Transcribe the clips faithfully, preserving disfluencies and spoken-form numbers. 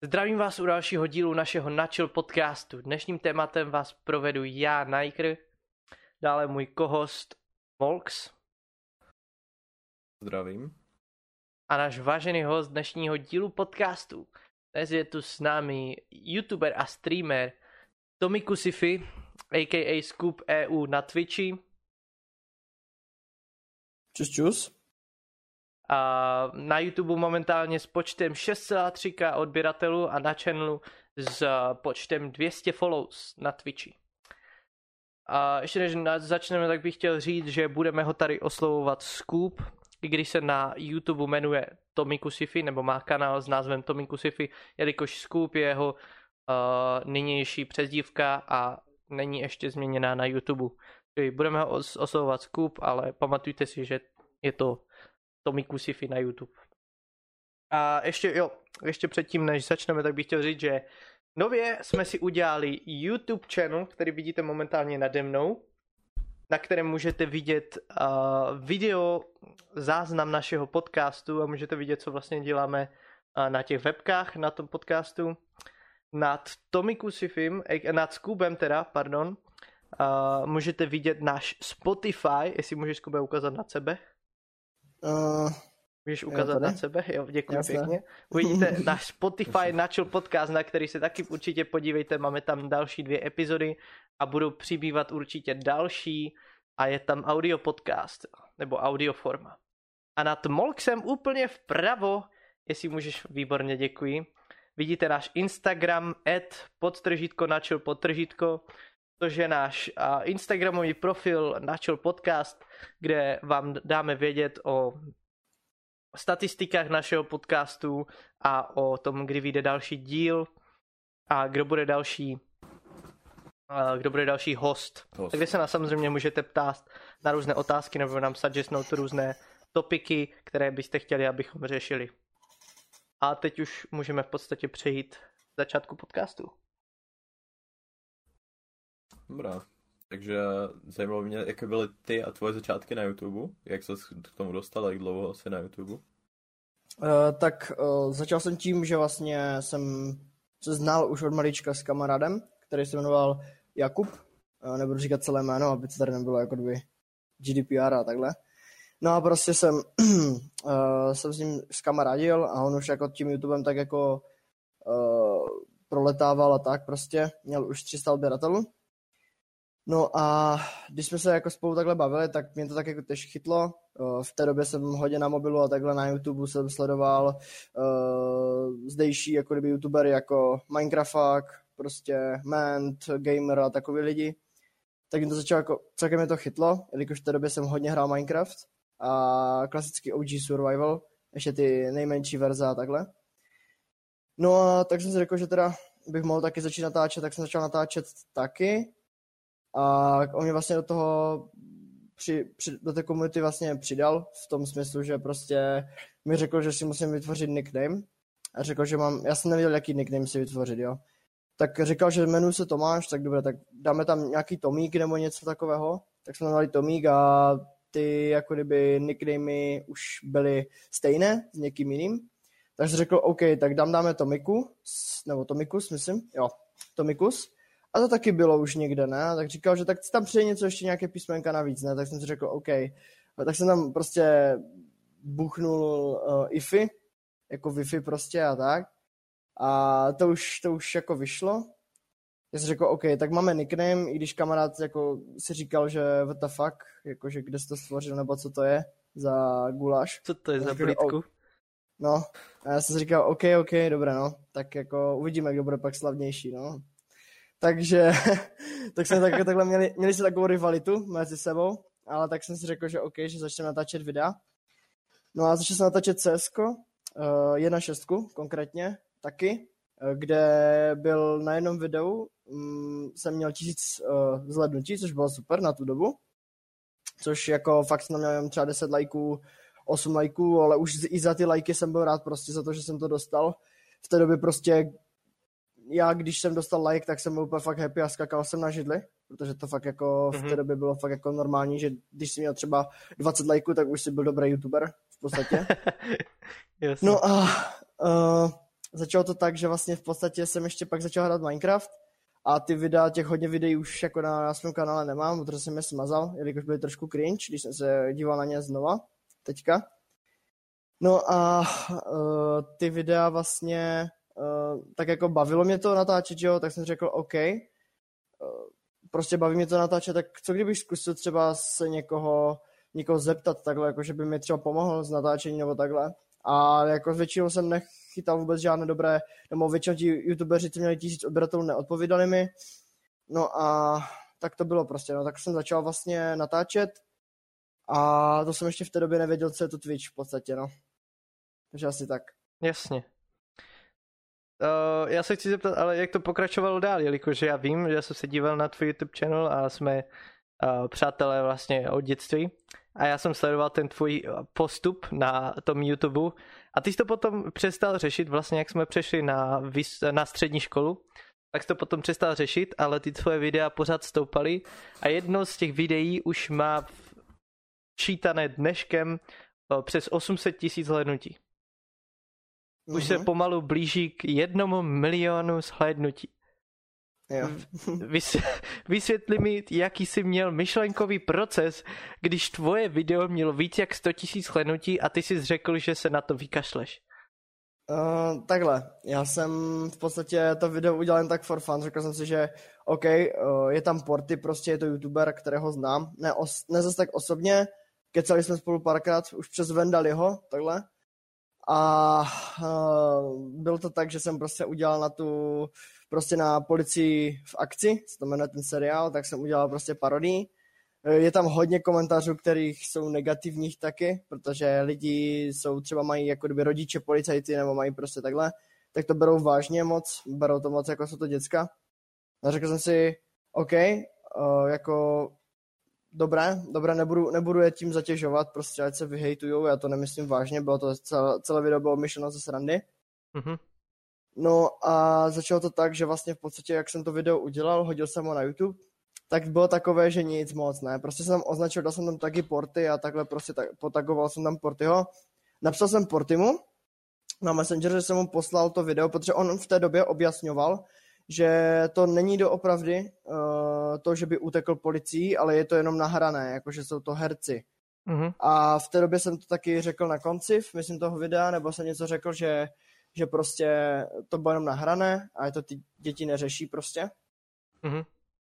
Zdravím vás u dalšího dílu našeho Nachill podcastu. Dnešním tématem vás provedu já, Niker, dále můj co-host Molx. Zdravím. A náš vážený host dnešního dílu podcastu. Dnes je tu s námi youtuber a streamer Tommy Kusifi, a k a. Scoop E U na Twitchi. Čus, čus. A na YouTube momentálně s počtem šest celá tři tisíce odběratelů a na channelu s počtem dvě stě follows na Twitchi. A ještě než začneme, tak bych chtěl říct, že budeme ho tady oslovovat Scoop, i když se na YouTube jmenuje Tommy Kusifi, nebo má kanál s názvem Tommy Kusifi, jelikož Scoop je jeho uh, nynější přezdívka a není ještě změněná na YouTube. Čili budeme ho os- oslovovat Scoop, ale pamatujte si, že je to Tommy Kusifi na YouTube. A ještě, jo, ještě předtím, než začneme, tak bych chtěl říct, že nově jsme si udělali YouTube channel, který vidíte momentálně nade mnou, na kterém můžete vidět uh, video, záznam našeho podcastu a můžete vidět, co vlastně děláme uh, na těch webkách na tom podcastu. Nad Tommy Kusifim, nad Scoopem teda, pardon, uh, můžete vidět náš Spotify, jestli můžeš, Skube, ukázat nad sebe. Uh, Můžeš ukázat na sebe? Jo, děkuji Jasne. Pěkně. Uvidíte náš Spotify Nachill podcast, na který se taky určitě podívejte. Máme tam další dvě epizody a budou přibývat určitě další a je tam audio podcast, nebo audio forma. A nad Molxem úplně vpravo, jestli můžeš, výborně, děkuji. Vidíte náš Instagram, at podtržítko Nachill podtržítko, což je náš uh, Instagramový profil Nachill podcast, kde vám dáme vědět o statistikách našeho podcastu a o tom, kdy vyjde další díl a kdo bude další uh, kdo bude další host. host. Takže se nás samozřejmě můžete ptát na různé otázky nebo nám suggestnout různé topiky, které byste chtěli, abychom řešili. A teď už můžeme v podstatě přejít k začátku podcastu. Dobrá, takže zajímalo mě, jaké byly ty a tvoje začátky na YouTube, jak jsi k tomu dostal, jak dlouho jsi na YouTube? Uh, tak uh, začal jsem tím, že vlastně jsem se znal už od malička s kamarádem, který se jmenoval Jakub, uh, nebudu říkat celé jméno, aby to tady nebylo jako kdyby G D P R a takhle. No a prostě jsem, uh, jsem s ním skamarádil a on už jako tím YouTubem tak jako uh, proletával a tak prostě, měl už tři sta odběratelů. No a když jsme se jako spolu takhle bavili, tak mě to tak jako tež chytlo. V té době jsem hodně na mobilu a takhle na YouTube jsem sledoval uh, zdejší jako kdyby youtubery jako Minecrafták, prostě Ment, Gamer a takový lidi. Tak mě to začalo jako, celkem mě to chytlo, jelikož v té době jsem hodně hrál Minecraft a klasický O G Survival, ještě ty nejmenší verze a takhle. No a tak jsem si řekl, že teda bych mohl taky začít natáčet, tak jsem začal natáčet taky. A on mě vlastně do toho, při, při, do té komunity vlastně přidal v tom smyslu, že prostě mi řekl, že si musím vytvořit nickname a řekl, že mám, já jsem nevěděl, jaký nickname si vytvořit, jo. Tak říkal, že jmenuji se Tomáš, tak dobré, tak dáme tam nějaký Tomík nebo něco takového, tak jsme dali Tomík a ty jako kdyby nicknamey už byly stejné s někým jiným. Takže řekl, OK, tak dám dáme Tomiku, nebo Tomikus, myslím, jo, Tomikus. A to taky bylo už někde, ne? Tak říkal, že tak tam přijde něco, ještě nějaké písmenka navíc, ne? Tak jsem si řekl, OK. Tak jsem tam prostě buchnul uh, ifi, jako Wi-Fi prostě a tak. A to už, to už jako vyšlo. Já jsem řekl, OK, tak máme nickname, i když kamarád jako si říkal, že what the fuck, jakože kde jsi to stvořil, nebo co to je za guláš. Co to je za blídku? Oh. No, a já jsem si říkal, OK, OK, dobré, no. Tak jako uvidíme, kdo bude pak slavnější, no. Takže tak jsme tak, takhle měli, měli si takovou rivalitu mezi sebou, ale tak jsem si řekl, že OK, že začneme natáčet videa. No a začal jsem natáčet C S ko, uh, jedna šest konkrétně, taky, uh, kde byl na jednom videu, um, jsem měl tisíc uh, zhlédnutí, což bylo super na tu dobu, což jako fakt jsem měl třeba deset lajků, osm lajků, ale už i za ty lajky jsem byl rád prostě za to, že jsem to dostal. V té době prostě já, když jsem dostal like, tak jsem byl úplně fakt happy a skakal jsem na židli, protože to fakt jako v té době bylo fakt jako normální, že když jsi měl třeba dvacet lajků, tak už jsi byl dobrý youtuber v podstatě. Yes. No a uh, začalo to tak, že vlastně v podstatě jsem ještě pak začal hrát Minecraft a ty videa, těch hodně videí už jako na, na svém kanále nemám, protože jsem je smazal, jelikož byly trošku cringe, když jsem se díval na ně znova, teďka. No a uh, ty videa vlastně, uh, tak jako bavilo mě to natáčet, jo, tak jsem řekl OK, uh, prostě baví mě to natáčet, tak co kdybych zkusil třeba se někoho, někoho zeptat takhle, jako že by mi třeba pomohl s natáčením nebo takhle. A jako většinou jsem nechytal vůbec žádné dobré, nebo většinou ti youtubeři, co měli tisíc odběratelů, neodpovídali mi. No a tak to bylo prostě, no tak jsem začal vlastně natáčet a to jsem ještě v té době nevěděl, co je to Twitch v podstatě, no. Takže asi tak. Jasně. Uh, já se chci zeptat, ale jak to pokračovalo dál, jelikož já vím, že jsem se díval na tvůj YouTube channel a jsme uh, přátelé vlastně od dětství a já jsem sledoval ten tvůj postup na tom YouTube a ty jsi to potom přestal řešit, vlastně jak jsme přešli na, vys- na střední školu, tak jsi to potom přestal řešit, ale ty tvoje videa pořád stoupaly a jedno z těch videí už má čítané dneškem uh, přes osm set tisíc hlédnutí. Už se pomalu blíží k jednomu milionu shlédnutí. Jo. Vysvětli mi, jaký jsi měl myšlenkový proces, když tvoje video mělo víc jak sto tisíc shlédnutí a ty jsi řekl, že se na to vykašleš. Uh, takhle, já jsem v podstatě to video udělal jen tak for fun, řekl jsem si, že OK, uh, je tam Porty, prostě je to youtuber, kterého znám, ne, os- ne zase tak osobně, kecali jsme spolu párkrát, už přes Vendaliho, takhle. A uh, byl to tak, že jsem prostě udělal na tu, prostě na Policii v akci, se to jmenuje ten seriál, tak jsem udělal prostě parodii. Je tam hodně komentářů, kterých jsou negativních taky, protože lidi jsou třeba mají jako kdyby rodiče policajty nebo mají prostě takhle, tak to berou vážně moc, berou to moc jako jsou to děcka. A řekl jsem si, OK, uh, jako dobré, dobré, nebudu, nebudu je tím zatěžovat, prostě ať se vyhejtujou, já to nemyslím vážně, bylo to celé, celé video bylo myšleno ze srandy. Mm-hmm. No a začalo to tak, že vlastně v podstatě, jak jsem to video udělal, hodil jsem ho na YouTube, tak bylo takové, že nic moc, ne, prostě jsem tam označil, dal jsem tam taky Porty a takhle prostě tak, potagoval jsem tam Portyho. Napsal jsem Portymu na Messenger, že jsem mu poslal to video, protože on v té době objasňoval, že to není doopravdy uh, to, že by utekl policii, ale je to jenom nahrané, jakože jsou to herci. Mm-hmm. A v té době jsem to taky řekl na konci, myslím toho videa, nebo jsem něco řekl, že, že prostě to bylo jenom nahrané a je to ty děti neřeší prostě. Mm-hmm.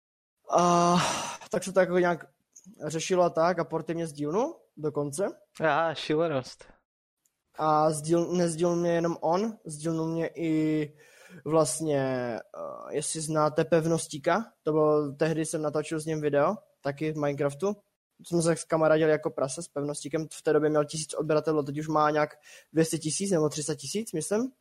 A tak se to jako nějak řešilo a tak a Porty mě sdílnul dokonce. Aha, šílenost. A sdíl, nezdílnul mě jenom on, sdílnul mě i vlastně, uh, jestli znáte Pevnostíka, to bylo, tehdy jsem natočil s ním video, taky v Minecraftu. Jsme se kamarádili jako prase s Pevnostíkem, v té době měl tisíc odběratelů, teď už má nějak dvě stě tisíc nebo tři sta tisíc, myslím.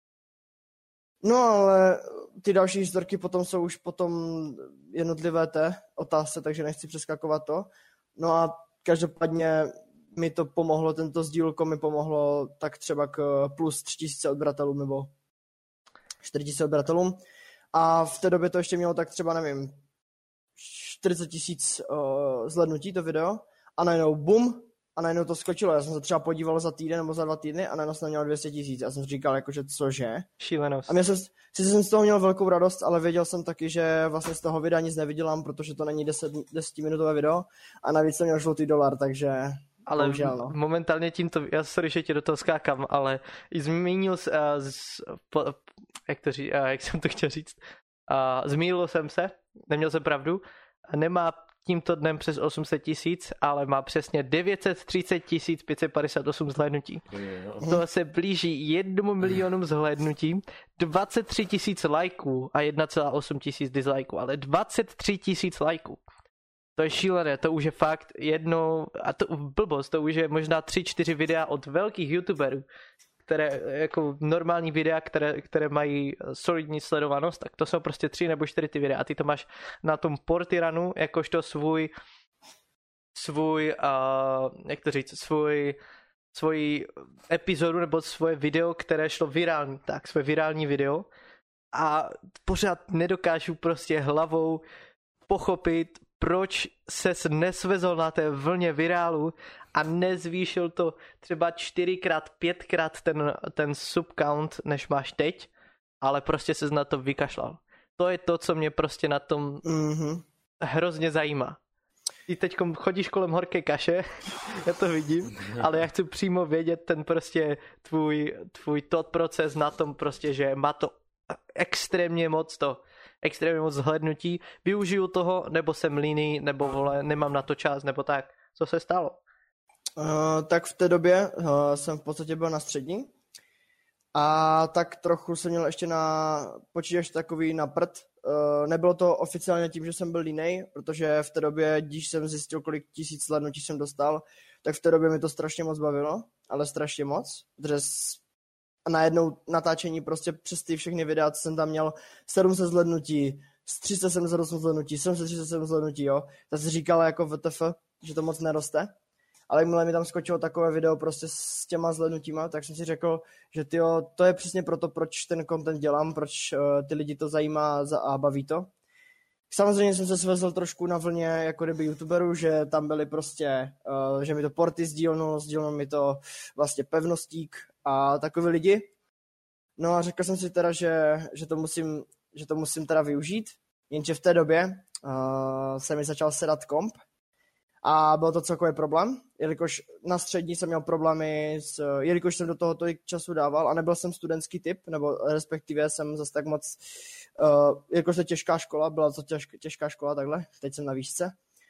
No ale ty další historky potom jsou už potom jednotlivé té otázce, takže nechci přeskakovat to. No a každopádně mi to pomohlo, tento sdílko mi pomohlo tak třeba k plus tři tisíce odběratelům nebo čtyři tisíce odběratelům. A v té době to ještě mělo tak třeba, nevím, čtyřicet tisíc uh, zhlédnutí to video a najednou bum, a najednou to skočilo. Já jsem se třeba podíval za týden nebo za dva týdny a najednou jsem měl dvě stě tisíc. Já jsem říkal, jakože cože. Šílenost. A mě jsem, sice jsem z toho měl velkou radost, ale věděl jsem taky, že vlastně z toho videa nic nevydělám, protože to není desetiminutové video a navíc jsem měl žlutý dolar, takže... Ale bohužel, no. Momentálně tímto, já sorry, že tě do toho skákám, ale zmínil jsi, uh, z, po, jak, to ří, uh, jak jsem to chtěl říct, uh, zmínil jsem se, neměl jsem pravdu, nemá tímto dnem přes osm set tisíc, ale má přesně devět set třicet tisíc pět set padesát osm zhlédnutí. To se blíží jednomu milionu zhlédnutí, dvacet tři tisíc lajků a jedna celá osm tisíc dislajků, ale dvacet tři tisíc lajků. To je šílené, to už je fakt jedno, a to blbost, to už je možná tři čtyři videa od velkých youtuberů, které jako normální videa, které, které mají solidní sledovanost, tak to jsou prostě tři nebo čtyři ty videa a ty to máš na tom Portyrunu jakožto svůj svůj, uh, jak to říct, svůj svoji epizodu nebo svoje video, které šlo virální, tak svoje virální video a pořád nedokážu prostě hlavou pochopit, proč ses nesvezl na té vlně virálu a nezvýšil to třeba čtyřikrát, pětkrát ten, ten subcount, než máš teď, ale prostě ses na to vykašlal. To je to, co mě prostě na tom mm-hmm. hrozně zajímá. Ty teď chodíš kolem horké kaše, já to vidím, ale já chci přímo vědět ten prostě tvůj, tvůj tot proces na tom prostě, že má to extrémně moc to, extrémně moc zhlednutí. Využiju toho, nebo jsem líný, nebo vole, nemám na to čas, nebo tak. Co se stalo? Uh, tak v té době uh, jsem v podstatě byl na střední a tak trochu jsem měl ještě na počítač takový na prd. Uh, nebylo to oficiálně tím, že jsem byl línej, protože v té době, když jsem zjistil, kolik tisíc slednutí jsem dostal, tak v té době mi to strašně moc bavilo, ale strašně moc, protože a najednou natáčení prostě přes ty všechny videa, co jsem tam měl, sedm set zhlédnutí, z tři sta sedmdesát osm zhlédnutí, sedm set třicet sedm zhlédnutí, jo. Tak si říkal jako W T F, že to moc neroste. Ale jakmile mi tam skočilo takové video prostě s těma zhlédnutíma, tak jsem si řekl, že tyjo, to je přesně proto, proč ten content dělám, proč uh, ty lidi to zajímá a baví to. Samozřejmě jsem se svezl trošku na vlně jako kdyby youtuberů, že tam byli prostě, uh, že mi to Porty sdílnul, sdílnul mi to vlastně Pevnostík a takový lidi. No a řekl jsem si teda, že, že, to, musím, že to musím teda využít, jenže v té době uh, se mi začal sedat komp a byl to celkový problém, jelikož na střední jsem měl problémy, s, jelikož jsem do toho tolik času dával a nebyl jsem studentský typ, nebo respektive jsem zase tak moc, uh, jelikož to je těžká škola, byla to těžk, těžká škola takhle, teď jsem na výšce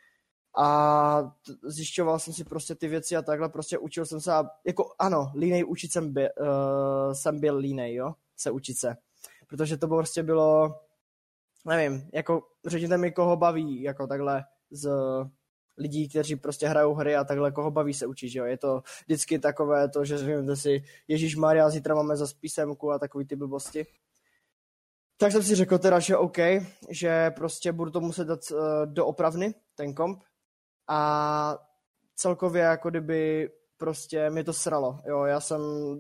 a t- zjišťoval jsem si prostě ty věci a takhle, prostě učil jsem se a jako ano, línej učit jsem, by, uh, jsem byl línej, jo, se učit se, protože to prostě bylo, nevím, jako řekněte mi, koho baví, jako takhle z lidí, kteří prostě hrajou hry a takhle, koho baví se učit, jo. Je to vždycky takové to, že řeknete si Ježišmarja, zítra máme zas písemku a takový ty blbosti. Tak jsem si řekl teda, že OK, že prostě budu to muset dát uh, do opravny, ten komp. A celkově jako kdyby prostě mě to sralo, jo. Já jsem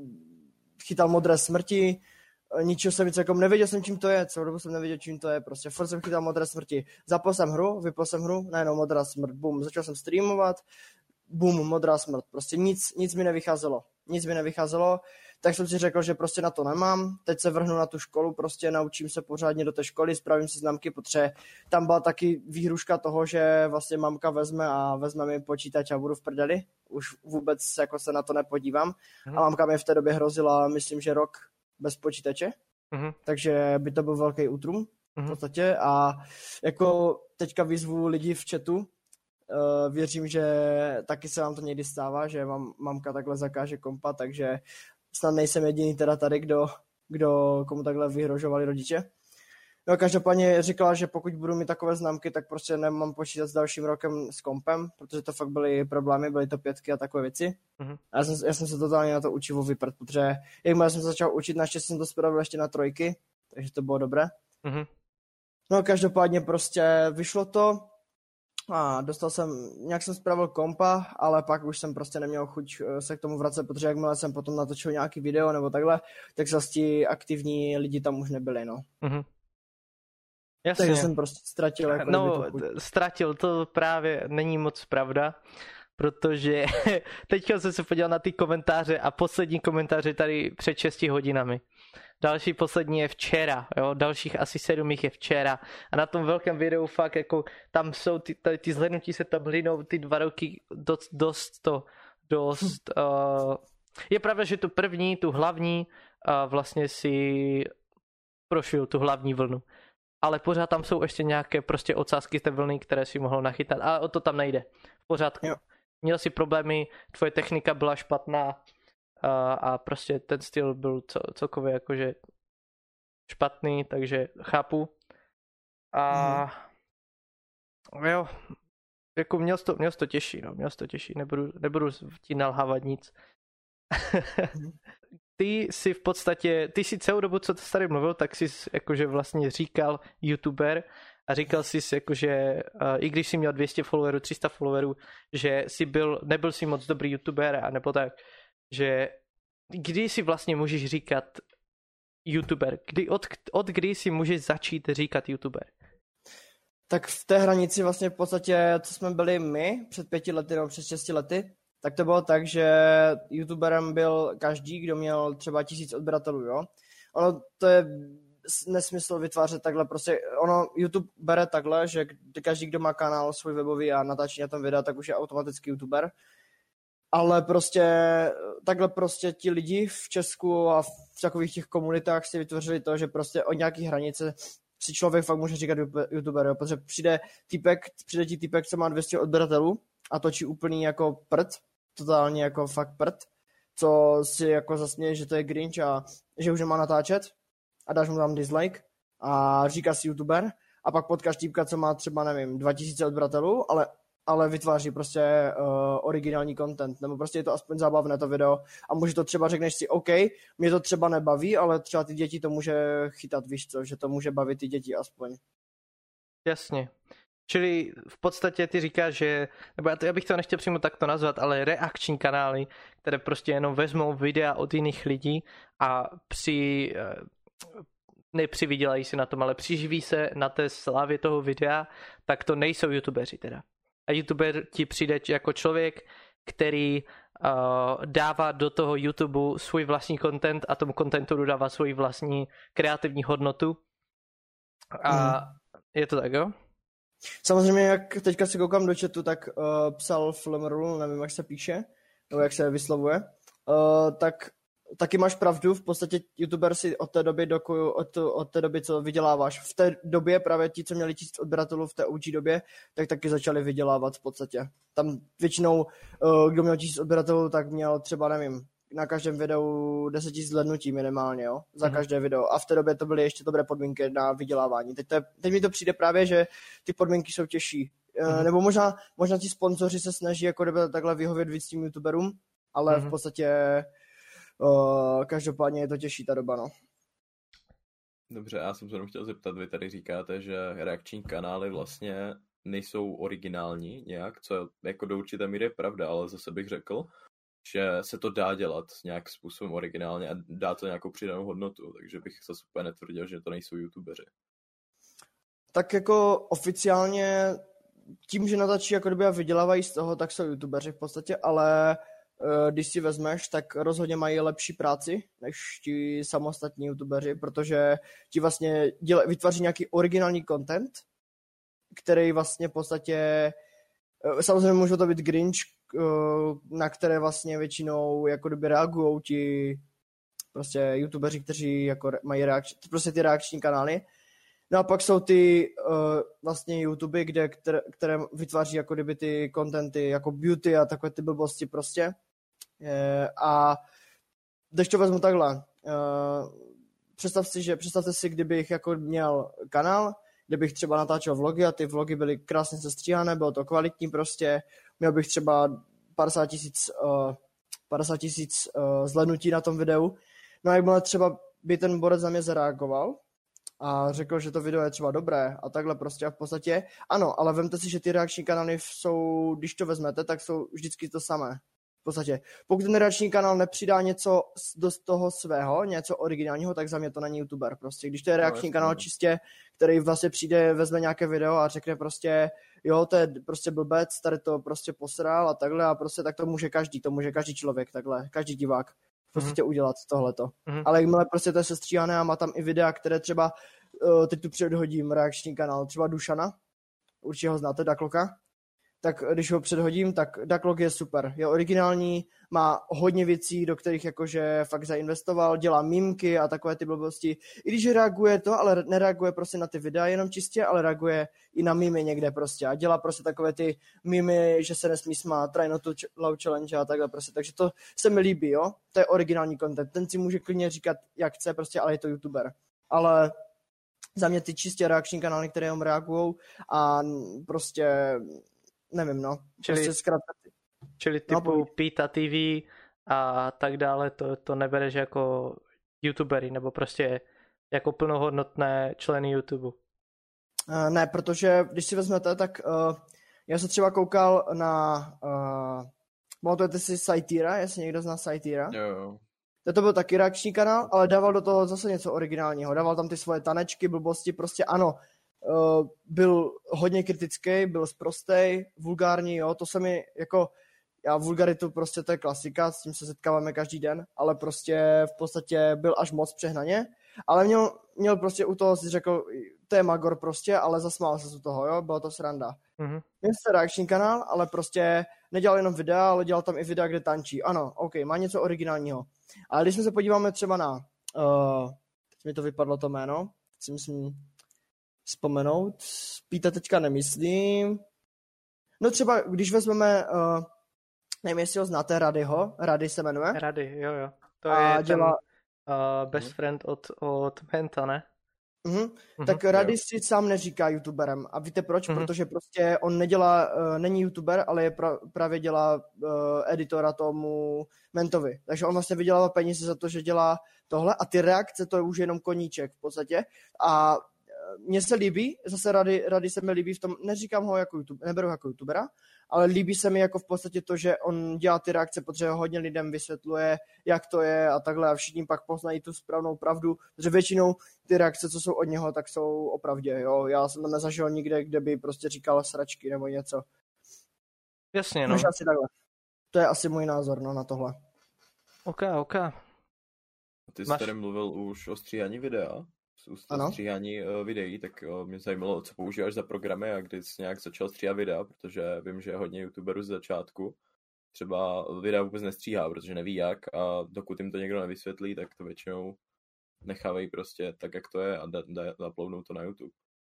chytal modré smrti, ničeho jsem nic, jako nevěděl jsem, čím to je, celou dobu jsem nevěděl, čím to je, prostě furt jsem chytal modré smrti. Zapl jsem hru, vypl jsem hru, najednou modrá smrt, bum, začal jsem streamovat, bum, modrá smrt, prostě nic, nic mi nevycházelo, nic mi nevycházelo, tak jsem si řekl, že prostě na to nemám, teď se vrhnu na tu školu, prostě naučím se pořádně do té školy, spravím si známky, protože tam byla taky výhruška toho, že vlastně mamka vezme a vezme mi počítač a budu v prdeli, už vůbec jako se na to nepodívám hmm. a mamka mi v té době hrozila, myslím, že rok bez počítače, mm-hmm. takže by to byl velký útrum mm-hmm. v podstatě a jako teďka vyzvu lidi v chatu, uh, věřím, že taky se vám to někdy stává, že mám, mamka takhle zakáže kompa, takže snad nejsem jediný teda tady, kdo, kdo komu takhle vyhrožovali rodiče. No každopádně říkala, že pokud budu mít takové známky, tak prostě nemám počítat s dalším rokem s kompem, protože to fakt byly problémy, byly to pětky a takové věci. Mm-hmm. A já jsem, já jsem se totálně na to učivo vyprt, protože jakmile jsem se začal učit, naštěstí jsem to spravil ještě na trojky, takže to bylo dobré. Mm-hmm. No každopádně prostě vyšlo to a dostal jsem, nějak jsem spravil kompa, ale pak už jsem prostě neměl chuť se k tomu vracet, protože jakmile jsem potom natočil nějaký video nebo takhle, tak zase ti aktivní lidi tam už nebyli, no. Mm-hmm. Jasně. Takže jsem prostě ztratil. Jako no, ztratil, to právě není moc pravda, protože teďka jsem se podíval na ty komentáře a poslední komentáře tady před šesti hodinami. Další poslední je včera, jo, dalších asi sedm jich je včera a na tom velkém videu fakt jako tam jsou ty, ty, ty zhlédnutí se tam hlinou ty dva roky dost, dost to, dost, uh, je pravda, že tu první, tu hlavní uh, vlastně si prošel tu hlavní vlnu. Ale pořád tam jsou ještě nějaké prostě ocásky z té vlny, které si mohlo nachytat. A o to tam nejde. V pořádku. Jo. Měl si problémy, tvoje technika byla špatná a, a prostě ten styl byl celkově jakože špatný, takže chápu. A mm. jo, jako měl jsi to, měl jsi to těžší, no, měl jsi to těžší. Nebudu, nebudu ti nalhávat nic. mm. Ty si v podstatě, ty si celou dobu, co to tady mluvil, tak jsi jakože vlastně říkal youtuber a říkal jsi jakože, uh, i když jsi měl dvě stě followerů, tři sta followerů, že jsi byl, nebyl si moc dobrý youtuber, a nebo tak, že kdy si vlastně můžeš říkat youtuber, kdy, od, od kdy si můžeš začít říkat youtuber? Tak v té hranici vlastně v podstatě, co jsme byli my před pěti lety nebo před šesti lety, tak to bylo tak, že youtuberem byl každý, kdo měl třeba tisíc odběratelů, jo. Ono to je nesmysl vytvářet takhle, prostě ono YouTube bere takhle, že každý, kdo má kanál svůj webový a natáčí na tom videa, tak už je automaticky youtuber. Ale prostě takhle prostě ti lidi v Česku a v takových těch komunitách si vytvořili to, že prostě od nějaký hranice si člověk fakt může říkat youtuber, jo, protože přijde týpek, přijde ti týpek, co má dvě stě odběratelů a točí úplný jako prd, totálně jako fakt prd, co si jako zasměje, že to je Grinch a že už nemá natáčet a dáš mu tam dislike a říká si youtuber a pak potkáš týpka, co má třeba, nevím, dva tisíce odběratelů, ale ale vytváří prostě uh, originální content, nebo prostě je to aspoň zábavné to video a může to třeba řekneš si, OK, mě to třeba nebaví, ale třeba ty děti to může chytat, víš co, že to může bavit ty děti aspoň. Jasně. Čili v podstatě ty říkáš, že, nebo já, to, já bych to nechtěl přímo takto nazvat, ale reakční kanály, které prostě jenom vezmou videa od jiných lidí a při, nepřivydělají si na tom, ale přiživí se na té slávě toho videa, tak to nejsou youtubeři teda. A youtuber ti přijde jako člověk, který uh, dává do toho YouTube svůj vlastní content a tomu contentu dodává svůj vlastní kreativní hodnotu. A mm. je to tak, jo? Samozřejmě, jak teďka si koukám do chatu, tak uh, psal Flamerul, nevím, jak se píše, nebo jak se vyslovuje, uh, tak taky máš pravdu, v podstatě youtuber si od té doby, doku, od, od té doby, co vyděláváš. V té době právě ti, co měli tisíc odběratelů v té O G době, tak taky začali vydělávat v podstatě. Tam většinou, kdo měl tisíc odběratelů, tak měl třeba, nevím, na každém videu deset tisíc zhlédnutí minimálně, jo, za mm-hmm. každé video. A v té době to byly ještě dobré podmínky na vydělávání. Teď, to je, teď mi to přijde právě, že ty podmínky jsou těžší. Mm-hmm. Nebo možná, možná ti sponzoři se snaží jako kdyby takhle vyhovět víc tím youtuberům, ale mm-hmm. v podstatě Uh, každopádně je to těžší ta doba, no. Dobře, já jsem se jenom chtěl zeptat, vy tady říkáte, že reakční kanály vlastně nejsou originální nějak, co jako do určité míry je pravda, ale zase bych řekl, že se to dá dělat nějak způsobem originálně a dá to nějakou přidanou hodnotu, takže bych zase úplně netvrdil, že to nejsou youtubeři. Tak jako oficiálně tím, že natáčí jako kdyby a vydělávají z toho, tak jsou youtubeři v podstatě, ale když si vezmeš, tak rozhodně mají lepší práci než ti samostatní youtubeři, protože ti vlastně děla, vytváří nějaký originální content, který vlastně v podstatě, samozřejmě může to být Grinch, na které vlastně většinou jako kdyby reagují ti prostě youtubeři, kteří jako mají reakční, prostě ty reakční kanály. No a pak jsou ty uh, vlastně YouTube, kde, které, které vytváří jako kdyby ty contenty jako beauty a takové ty blbosti prostě. Je, a když to vezmu takhle, uh, představ si, že, představte si, kdybych jako měl kanál, kde bych třeba natáčel vlogy a ty vlogy byly krásně sestříhané, bylo to kvalitní prostě, měl bych třeba padesát tisíc uh, padesát tisíc uh, zhlédnutí na tom videu. No a jakmile třeba by ten borec na mě zareagoval a řekl, že to video je třeba dobré a takhle prostě a v podstatě ano, ale vemte si, že ty reakční kanály jsou, když to vezmete, tak jsou vždycky to samé. V podstatě. Pokud ten reakční kanál nepřidá něco do toho svého, něco originálního, tak za mě to není youtuber. Prostě. Když to je reakční no, kanál čistě, který vlastně přijde, vezme nějaké video a řekne prostě, jo, to je prostě blbec, tady to prostě posral a takhle a prostě tak to může každý, to může každý člověk takhle, každý divák prostě mm-hmm. udělat tohleto. Mm-hmm. Ale jakmile prostě to je sestříhané a má tam i videa, které třeba, uh, teď tu předhodím reakční kanál, třeba Dušana, určitě ho znáte, Dakloka, tak když ho předhodím, tak Daklok je super. Je originální, má hodně věcí, do kterých jakože fakt zainvestoval, dělá mýmky a takové ty blbosti. I když reaguje to, ale nereaguje prostě na ty videa jenom čistě, ale reaguje i na mýmy někde prostě a dělá prostě takové ty mýmy, že se nesmí smát, try not to love challenge a takhle prostě. Takže to se mi líbí, jo. To je originální content. Ten si může klidně říkat, jak chce prostě, ale je to youtuber. Ale za mě ty čistě reakční kanály, které jenom reagujou a prostě nevím, no. Čili, prostě zkrátka. Čili typu no, Pita T V a tak dále, to, to nebereš jako youtubery, nebo prostě jako plnohodnotné členy YouTube? Uh, ne, protože když si vezmete, tak uh, já jsem třeba koukal na uh, pamatujete si Saitira, jestli někdo zná Saitira? Jo. To byl taky reakční kanál, ale dával do toho zase něco originálního. Dával tam ty svoje tanečky, blbosti, prostě ano. uh, byl hodně kritický, byl sprostej, vulgární, jo, to se mi jako, já vulgaritu prostě to je klasika, s tím se setkáváme každý den, ale prostě v podstatě byl až moc přehnaně, ale měl, měl prostě u toho si řekl, to je magor prostě, ale zasmál se z toho, jo, byla to sranda. Mm-hmm. Měl se reakční kanál, ale prostě nedělal jenom videa, ale dělal tam i videa, kde tančí. Ano, ok, má něco originálního. Ale když se podíváme třeba na, uh, teď mi to vypadlo to jméno, si myslím vzpomenout, Píta teďka nemyslím. No třeba, když vezmeme, uh, nevím, jestli ho znáte, Radyho, Rady se jmenuje. Rady, jo, jo. To A je dělá... ten uh, best friend od, od Menta, ne? Mm-hmm. Mm-hmm. Tak Rady si sám neříká youtuberem. A víte proč? Mm-hmm. Protože prostě on nedělá, uh, není youtuber, ale je pra, právě dělá uh, editora tomu Mentovi. Takže on vlastně vydělává peníze za to, že dělá tohle a ty reakce to je už jenom koníček v podstatě. A mně se líbí, zase Rady, Rady se mi líbí v tom, neříkám ho jako YouTube, neberu ho jako youtubera, ale líbí se mi jako v podstatě to, že on dělá ty reakce, protože hodně lidem vysvětluje, jak to je a takhle a všichni pak poznají tu správnou pravdu, protože většinou ty reakce, co jsou od něho, tak jsou opravdě, jo. Já jsem to nezažil nikde, kde by prostě říkal sračky nebo něco. Jasně, no. Možná asi takhle. To je asi můj názor, no, na tohle. Ok, ok. Ty jsi Máš... tady mluvil už o stříhání videa? O stříhání uh, videí, tak uh, mě zajímalo, co používáš za programy a kdy jsi nějak začal stříhat videa, protože vím, že hodně youtuberů z začátku třeba videa vůbec nestříhá, protože neví jak a dokud jim to někdo nevysvětlí, tak to většinou nechávají prostě tak, jak to je a uploadnou to na YouTube.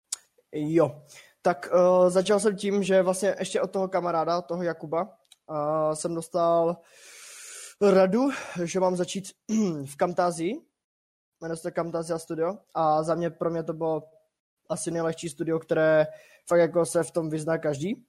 Jo, tak uh, začal jsem tím, že vlastně ještě od toho kamaráda, toho Jakuba, uh, jsem dostal radu, že mám začít v Camtasii, jmenuje se Camtasia Studio a za mě, pro mě to bylo asi nejlehčí studio, které fakt jako se v tom vyzná každý.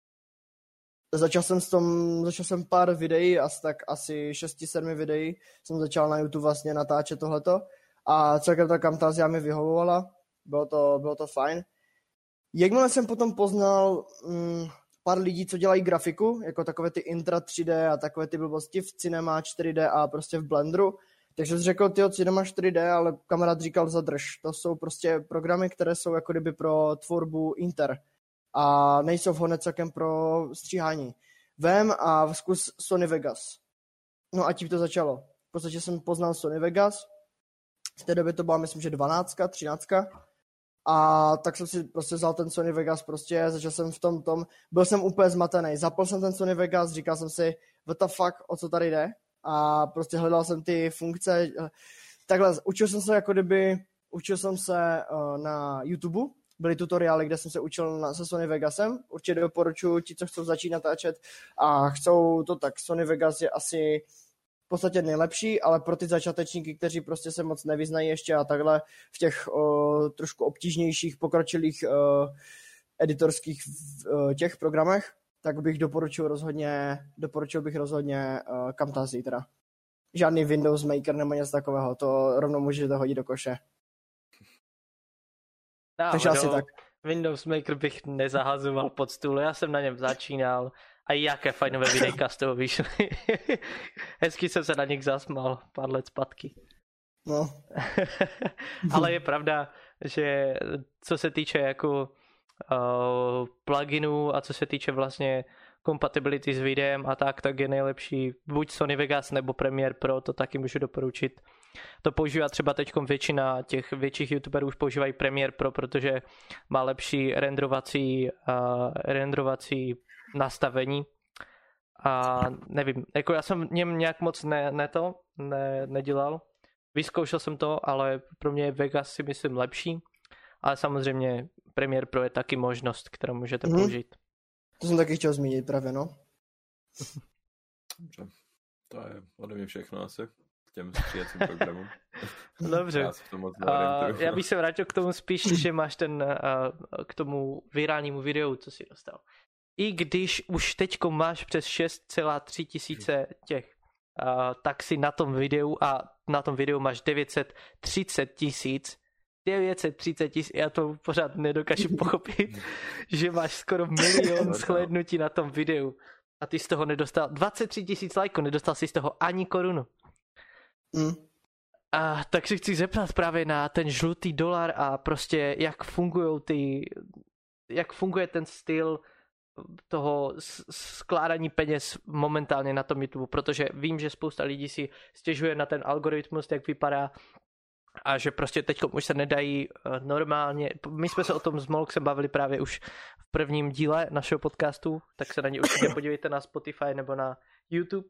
Začal jsem, s tom, začal jsem pár videí, asi tak asi šest sedm videí jsem začal na YouTube vlastně natáčet tohleto a celkem ta Camtasia mi vyhovovala, bylo to, bylo to fajn. Jakmile jsem potom poznal mm, pár lidí, co dělají grafiku, jako takové ty Intra tři dé a takové ty blbosti v Cinema čtyři dé a prostě v Blenderu, takže jsi řekl, tyjo, Cinema čtyři dé, ale kamarád říkal zadrž. To jsou prostě programy, které jsou jako kdyby pro tvorbu Inter a nejsou vhodné celkem pro stříhání. Vem a zkus Sony Vegas. No a tím to začalo. V podstatě jsem poznal Sony Vegas, v té době to byla myslím, že dvanáctka, třináctka a tak jsem si prostě vzal ten Sony Vegas prostě, začal jsem v tom tom, byl jsem úplně zmatený. Zapl jsem ten Sony Vegas, říkal jsem si, what the fuck, o co tady jde? A prostě hledal jsem ty funkce. Takhle, učil jsem se jako kdyby, učil jsem se uh, na YouTube, byly tutoriály, kde jsem se učil na, se Sony Vegasem. Určitě doporučuji ti, co chcou začít natáčet a chcou to tak. Sony Vegas je asi v podstatě nejlepší, ale pro ty začátečníky, kteří prostě se moc nevyznají ještě a takhle v těch uh, trošku obtížnějších, pokročilých uh, editorských uh, těch programech, tak bych doporučil rozhodně, doporučil bych rozhodně uh, Camtasii teda. Žádný Windows Maker nebo něco takového, to rovnou můžete hodit do koše. No, Takže asi tak. Windows Maker bych nezahazoval pod stůl, já jsem na něm začínal a jaké fajnové videjka z toho vyšly. Hezky jsem se na nich zasmál pár let zpátky. No. Ale je pravda, že co se týče jako Uh, pluginů a co se týče vlastně kompatibility s videem a tak, tak je nejlepší buď Sony Vegas nebo Premiere Pro, to taky můžu doporučit. To používá třeba teďkom většina těch větších youtuberů už používají Premiere Pro, protože má lepší renderovací, uh, renderovací nastavení a nevím, jako já jsem něm nějak moc ne, ne to, ne, nedělal. Vyzkoušel jsem to, ale pro mě je Vegas si myslím lepší, ale samozřejmě Premiere Pro je taky možnost, kterou můžete mm-hmm. použít. To jsem taky chtěl zmínit právě, no. Dobře, to je ode mě všechno asi k těm stříhacím programům. Dobře, já, uh, já bych se vrátil k tomu spíš, že máš ten, uh, k tomu virálnímu videu, co jsi dostal. I když už teďko máš přes šest celá tři tisíce těch, uh, tak si na tom videu a na tom videu máš devět set třicet tisíc devět set třicet tisíc, já to pořád nedokážu pochopit, že máš skoro milion shlédnutí na tom videu a ty z toho nedostal dvacet tři tisíc lajků, nedostal si z toho ani korunu. Mm. A tak si chci zeptat právě na ten žlutý dolar a prostě jak fungují ty, jak funguje ten styl toho skládání peněz momentálně na tom YouTube, protože vím, že spousta lidí si stěžuje na ten algoritmus, jak vypadá a že prostě teď už se nedají normálně, my jsme se o tom s Molksem bavili právě už v prvním díle našeho podcastu, tak se na ně určitě podívejte na Spotify nebo na YouTube.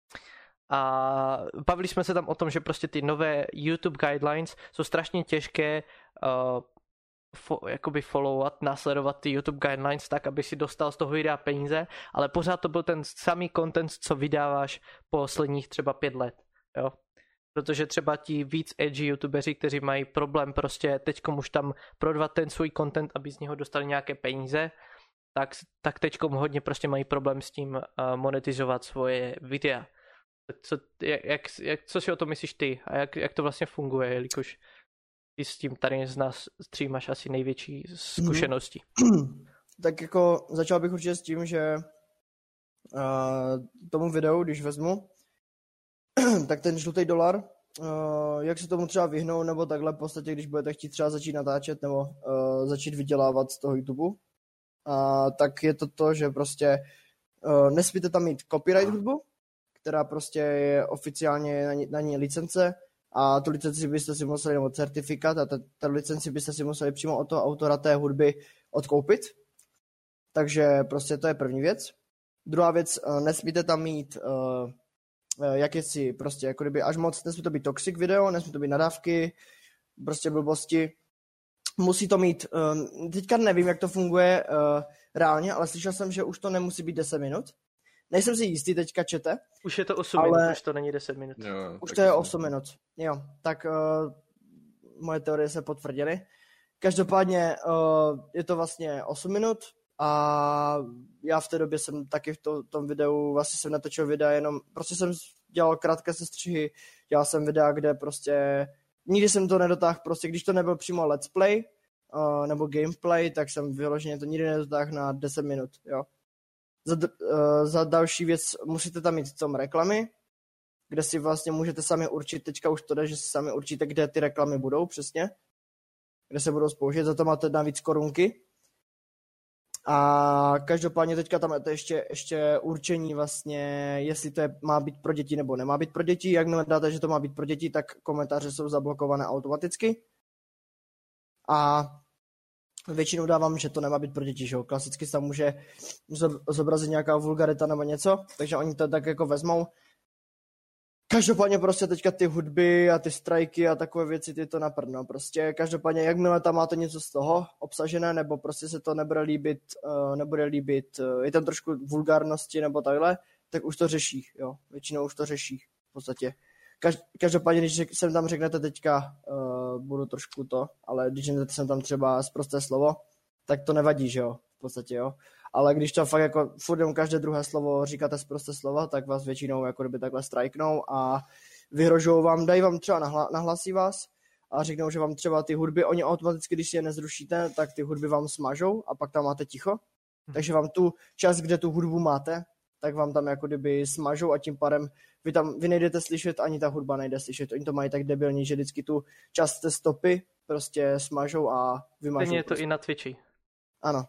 A bavili jsme se tam o tom, že prostě ty nové YouTube guidelines jsou strašně těžké uh, fo, jakoby followovat, následovat ty YouTube guidelines tak, aby si dostal z toho videa peníze, ale pořád to byl ten samý content, co vydáváš posledních třeba pět let, jo. Protože třeba ti víc edgy youtubeři, kteří mají problém prostě teďkom už tam prodat ten svůj content, aby z něho dostali nějaké peníze, tak, tak teďkom hodně prostě mají problém s tím uh, monetizovat svoje videa. Co, jak, jak, co si o tom myslíš ty a jak, jak to vlastně funguje, jelikož ty s tím tady z nás tří máš asi největší zkušenosti. Tak jako začal bych určitě s tím, že uh, tomu videu, když vezmu, tak ten žlutý dolar, uh, jak se tomu třeba vyhnout, nebo takhle v podstatě, když budete chtít třeba začít natáčet nebo uh, začít vydělávat z toho YouTube, uh, tak je to to, že prostě uh, nesmíte tam mít copyright hudbu, která prostě je oficiálně na ní, na ní licence a tu licenci byste si museli, nebo certifikát a ta licenci byste si museli přímo od toho autora té hudby odkoupit. Takže prostě to je první věc. Druhá věc, nesmíte tam mít uh, jakési prostě jako kdyby až moc, nesmí to být toxic video, nesmí to být nadávky, prostě blbosti. Musí to mít, uh, teďka nevím, jak to funguje uh, reálně, ale slyšel jsem, že už to nemusí být deset minut. Nejsem si jistý teďka, čete. Už je to osm ale... minut, už to není deset minut. Jo, už to je osm minut. Jo, tak uh, moje teorie se potvrdily. Každopádně uh, je to vlastně osm minut a já v té době jsem taky v to, tom videu, vlastně jsem natočil videa jenom, prostě jsem dělal krátké sestřihy, dělal jsem videa, kde prostě, nikdy jsem to nedotáhl, prostě když to nebyl přímo let's play uh, nebo gameplay, tak jsem vyloženě to nikdy nedotáhl na deset minut, jo. Za, uh, za další věc musíte tam mít tom reklamy, kde si vlastně můžete sami určit, teďka už to jde, že si sami určíte, kde ty reklamy budou přesně, kde se budou spouštět, za to máte navíc korunky. A každopádně teďka tam je to ještě, ještě určení vlastně, jestli to je, má být pro děti nebo nemá být pro děti. Jakmile dáte, že to má být pro děti, tak komentáře jsou zablokované automaticky. A většinou dávám, že to nemá být pro děti, že jo. Klasicky se tam může zobrazit nějaká vulgarita nebo něco, takže oni to tak jako vezmou. Každopádně prostě teďka ty hudby a ty strajky a takové věci, ty to naprdno. Prostě každopádně, jakmile tam máte něco z toho obsažené, nebo prostě se to nebude líbit, uh, nebude líbit, uh, je tam trošku vulgárnosti nebo takhle, tak už to řeší, jo. Většinou už to řeší v podstatě. Každ- každopádně, když sem tam řeknete teďka, uh, budu trošku to, ale když řeknete sem tam třeba sprosté slovo, tak to nevadí, že jo, v podstatě, jo. Ale když to fakt jako furt každé druhé slovo říkáte sprosté slova, tak vás většinou jako kdyby takhle strajknou a vyhrožují vám, dají vám třeba nahla, nahlasí vás a řeknou, že vám třeba ty hudby, oni automaticky, když si je nezrušíte, tak ty hudby vám smažou a pak tam máte ticho. Takže vám tu čas, kde tu hudbu máte, tak vám tam jako kdyby smažou a tím pádem vy tam, vy nejdete slyšet, ani ta hudba nejde slyšet. Oni to mají tak debilní, že vždycky tu část té stopy prostě smažou a vymažou. Stejně je to prostě. i na Twitchi. Ano.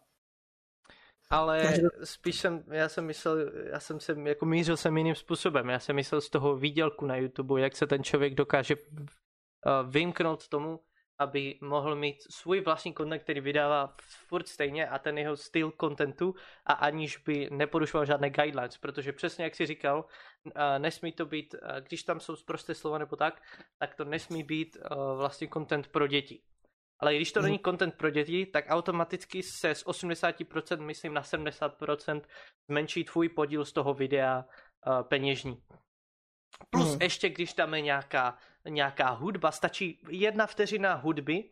Ale spíš jsem, já jsem myslel, já jsem se, jako mířil jsem jiným způsobem. Já jsem myslel z toho výdělku na YouTube, jak se ten člověk dokáže vymknout tomu, aby mohl mít svůj vlastní content, který vydává furt stejně a ten jeho styl contentu a aniž by neporušoval žádné guidelines, protože přesně jak jsi říkal, nesmí to být, když tam jsou prosté slova nebo tak, tak to nesmí být vlastně content pro děti. Ale když to mm. není content pro děti, tak automaticky se z osmdesát procent, myslím na sedmdesát procent zmenší tvůj podíl z toho videa uh, peněžní. Plus mm. ještě, když tam je nějaká, nějaká hudba, stačí jedna vteřina hudby,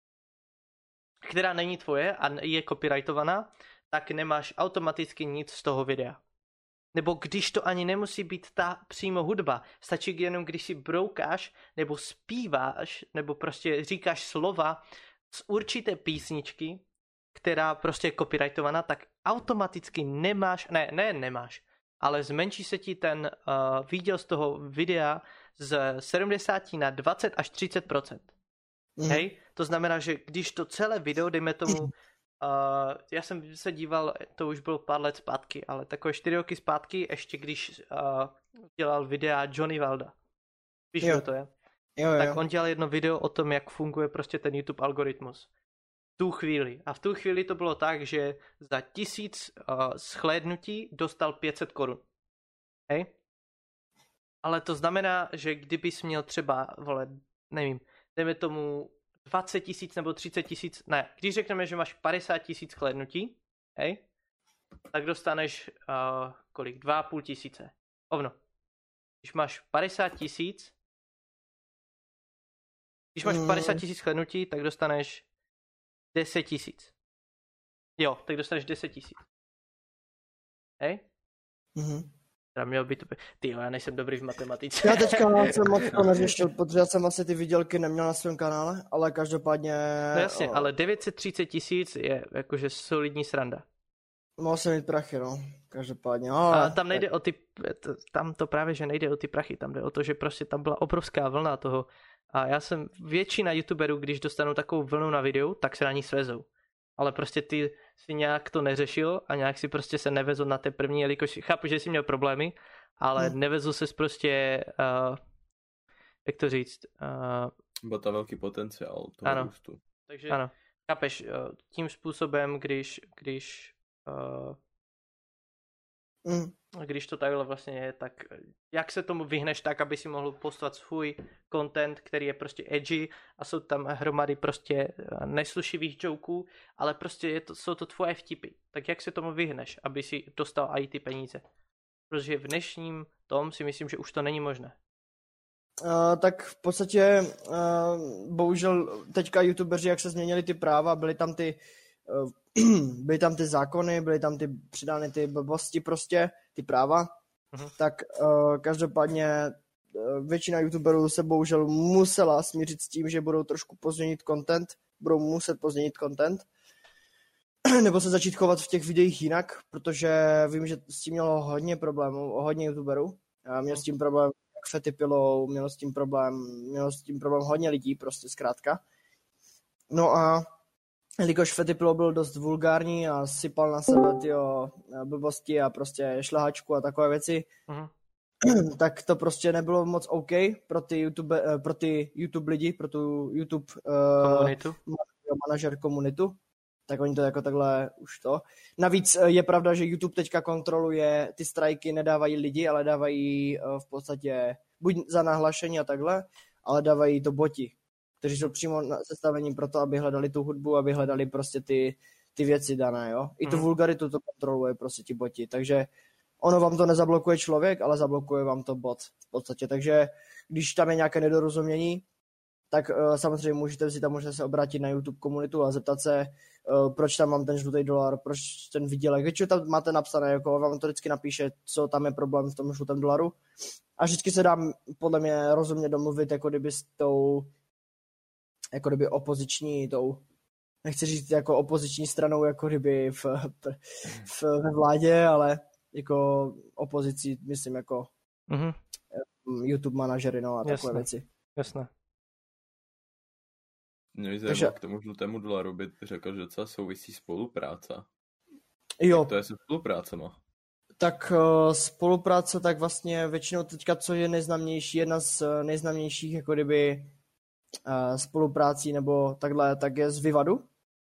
která není tvoje a je copyrightovaná, tak nemáš automaticky nic z toho videa. Nebo když to ani nemusí být ta přímo hudba, stačí jenom, když si broukáš, nebo zpíváš, nebo prostě říkáš slova z určité písničky, která prostě je copyrightovaná, tak automaticky nemáš, ne, ne nemáš, ale zmenší se ti ten uh, výděl z toho videa z sedmdesát na dvacet až třicet procent. Mm. Hej? To znamená, že když to celé video, dejme tomu, uh, já jsem se díval, to už bylo pár let zpátky, ale takové čtyři roky zpátky, ještě když uh, dělal videa Johnny Valda. Víš, kdo to je? Jo, jo. Tak on dělal jedno video o tom, jak funguje prostě ten YouTube algoritmus. V tu chvíli. A v tu chvíli to bylo tak, že za tisíc uh, shlédnutí dostal pět set korun. Hej? Ale to znamená, že kdybys měl třeba, vole, nevím, dejme tomu dvacet tisíc nebo třicet tisíc, ne, když řekneme, že máš padesát tisíc shlédnutí, hej, tak dostaneš uh, kolik? Dva a půl tisíce. Ovno. Když máš padesát tisíc, když máš padesát tisíc shlédnutí, tak dostaneš deset tisíc. Jo, tak dostaneš deset tisíc. Hej? Mhm. Teda měl by to být... Tyjo, já nejsem dobrý v matematice. Já teďka jsem moc to neřešil, protože já jsem asi ty výdělky neměl na svém kanále, ale každopádně... No jasně, o... ale devět set třicet tisíc je jakože solidní sranda. Mohl jsem mít prachy, no. Každopádně. Ale... A tam nejde o ty... Tam to právě, že nejde o ty prachy, tam jde o to, že prostě tam byla obrovská vlna toho. A já jsem většina youtuberů, když dostanou takovou vlnu na videu, tak se na ní svezou. Ale prostě ty si nějak to neřešil a nějak si prostě se nevezl na té první, jelikož chápu, že jsi měl problémy, ale hmm. nevezl ses prostě, uh, jak to říct? Uh, Byl tam velký potenciál toho ano. růstu. Takže ano, chápeš, uh, tím způsobem, když, když, uh, hmm. když to takhle vlastně je, tak jak se tomu vyhneš tak, aby si mohl postovat svůj content, který je prostě edgy a jsou tam hromady prostě neslušivých joků, ale prostě je to, jsou to tvoje vtipy. Tak jak se tomu vyhneš, aby si dostal i ty peníze? Protože v dnešním tom si myslím, že už to není možné. Uh, tak v podstatě uh, bohužel teďka youtubeři, jak se změnili ty práva, byly tam ty uh, byly tam ty zákony, byly tam ty přidány ty blbosti prostě, ty práva, uh-huh. tak uh, každopádně uh, většina youtuberů se bohužel musela smířit s tím, že budou trošku pozměnit content, budou muset pozměnit content, nebo se začít chovat v těch videích jinak, protože vím, že s tím mělo hodně problémů, hodně youtuberů, měl s tím problém Fety Pillow, měl s tím problém, měl s tím problém hodně lidí, prostě zkrátka. No a jelikož Fety Pillow byl dost vulgární a sypal na sebe tyjo, blbosti a prostě šlehačku a takové věci, uh-huh. tak to prostě nebylo moc OK pro ty YouTube, pro ty YouTube lidi, pro tu YouTube komunitu. Uh, manažer komunitu. Tak oni to jako takhle už to. Navíc je pravda, že YouTube teďka kontroluje, ty strajky nedávají lidi, ale dávají uh, v podstatě buď za nahlašení a takhle, ale dávají to boti, kteří jsou přímo sestavení pro to, aby hledali tu hudbu, aby hledali prostě ty, ty věci dané, jo. I tu mm. vulgaritu to kontroluje prostě ti boti, takže ono vám to nezablokuje člověk, ale zablokuje vám to bot v podstatě, takže když tam je nějaké nedorozumění, tak uh, samozřejmě můžete si tam můžete se obrátit na YouTube komunitu a zeptat se, uh, proč tam mám ten žlutý dolar, proč ten výdělek. Většinou tam máte napsané, jako vám to vždycky napíše, co tam je problém v tom žlutém dolaru. A vždycky se dá podle mě rozumně domluvit, jako kdyby s tou, jako kdyby opoziční, tou, nechci říct jako opoziční stranou, jako kdyby v, v, ve vládě, ale jako opozicí, myslím, jako mm-hmm. YouTube manažery, no a Jasné. takové věci. Jasné. Mě by zajímalo, k tomu žlutému dolaru by řekl, že docela souvisí spolupráce. Jo. Jak to je se spoluprácema? Tak uh, spolupráce, tak vlastně většinou teďka, co je nejznámější, jedna z uh, nejznámějších jako kdyby uh, spoluprácí nebo takhle, tak je z Vivadu.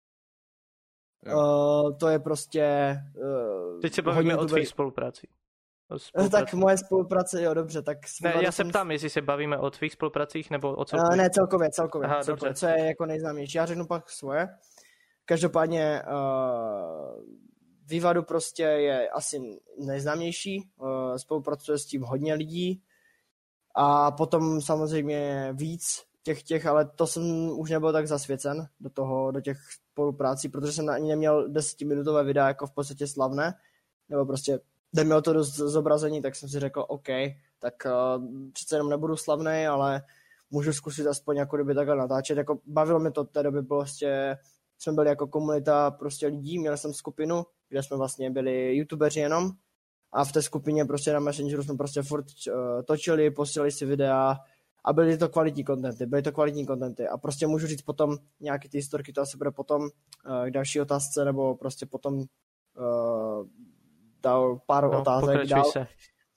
Uh, to je prostě... Uh, Teď se bavíme o tvých spolupráci. Tak moje spolupráce, jo, dobře, tak... Ne, já se ptám, jestli se bavíme o tvých spolupracích nebo o celkově. Uh, ne, celkově, celkově, Aha, celkově co je jako nejznámější. Já řeknu pak svoje. Každopádně uh, Vivadu prostě je asi nejznámější, uh, spolupracuje s tím hodně lidí a potom samozřejmě víc těch těch, ale to jsem už nebyl tak zasvěcen do toho, do těch spoluprácí, protože jsem ani neměl desetiminutové videa jako v podstatě slavné, nebo prostě neměl to dost zobrazení, tak jsem si řekl, OK, tak uh, přece jenom nebudu slavný, ale můžu zkusit aspoň jako kdyby takhle natáčet. Jako bavilo mě to od té doby, prostě jsme byli jako komunita prostě lidí, měl jsem skupinu, kde jsme vlastně byli youtubeři jenom a v té skupině prostě na Messengeru jsme prostě furt uh, točili, posílali si videa a byly to kvalitní kontenty, byly to kvalitní kontenty a prostě můžu říct potom nějaký ty historky, to asi bude potom uh, k další otázce, nebo prostě potom uh, dal pár no, otázek dál. Se.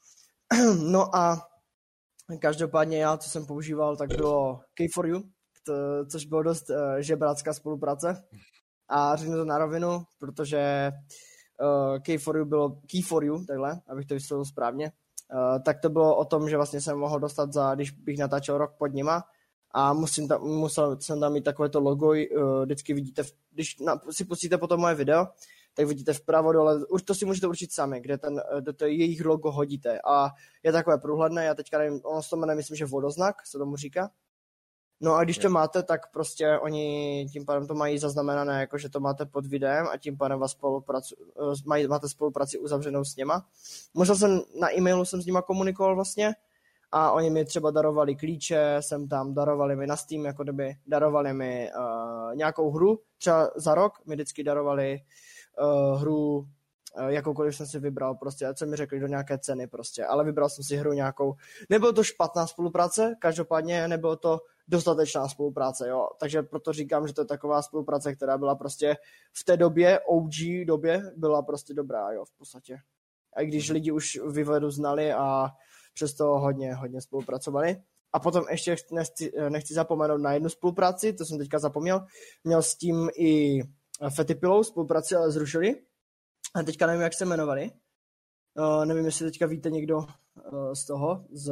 No a každopádně já, co jsem používal, tak bylo K four U, to, což bylo dost uh, žebrácká spolupráce. A řeknu to na rovinu, protože uh, K four U bylo Key for You, takhle, abych to vysvětlil správně. Uh, tak to bylo o tom, že vlastně jsem mohl dostat za, když bych natáčel rok pod nima a musím tam, musel jsem tam mít takovéto logo, uh, vždycky vidíte, v, když na, si pustíte potom moje video, tak vidíte vpravo dole, už to si můžete určit sami, kde ten, do to jejich logo hodíte a je takové průhledné, já teďka nevím, ono se to jmenuje, myslím, že vodoznak se tomu říká. No a když to máte, tak prostě oni tím pádem to mají zaznamenané, jako že to máte pod videem a tím pádem vás spolupracu, mají, máte spolupráci uzavřenou s něma. Možná jsem na e-mailu jsem s nima komunikoval vlastně a oni mi třeba darovali klíče, jsem tam, darovali mi na Steam, jako kdyby darovali mi uh, nějakou hru, třeba za rok mi vždycky darovali uh, hru, uh, jakoukoliv jsem si vybral, prostě, ať se mi řekli do nějaké ceny prostě, ale vybral jsem si hru nějakou. Nebylo to špatná spolupráce, každopádně nebylo to dostatečná spolupráce, jo, takže proto říkám, že to je taková spolupráce, která byla prostě v té době, O G době, byla prostě dobrá, jo, v podstatě. A když lidi už Vyvedu znali a přesto hodně, hodně spolupracovali. A potom ještě nechci, nechci zapomenout na jednu spolupráci, to jsem teďka zapomněl, měl s tím i Fetipilou spolupráci, ale zrušili. A teďka nevím, jak se jmenovali. Uh, nevím, jestli teďka víte někdo uh, z toho, z...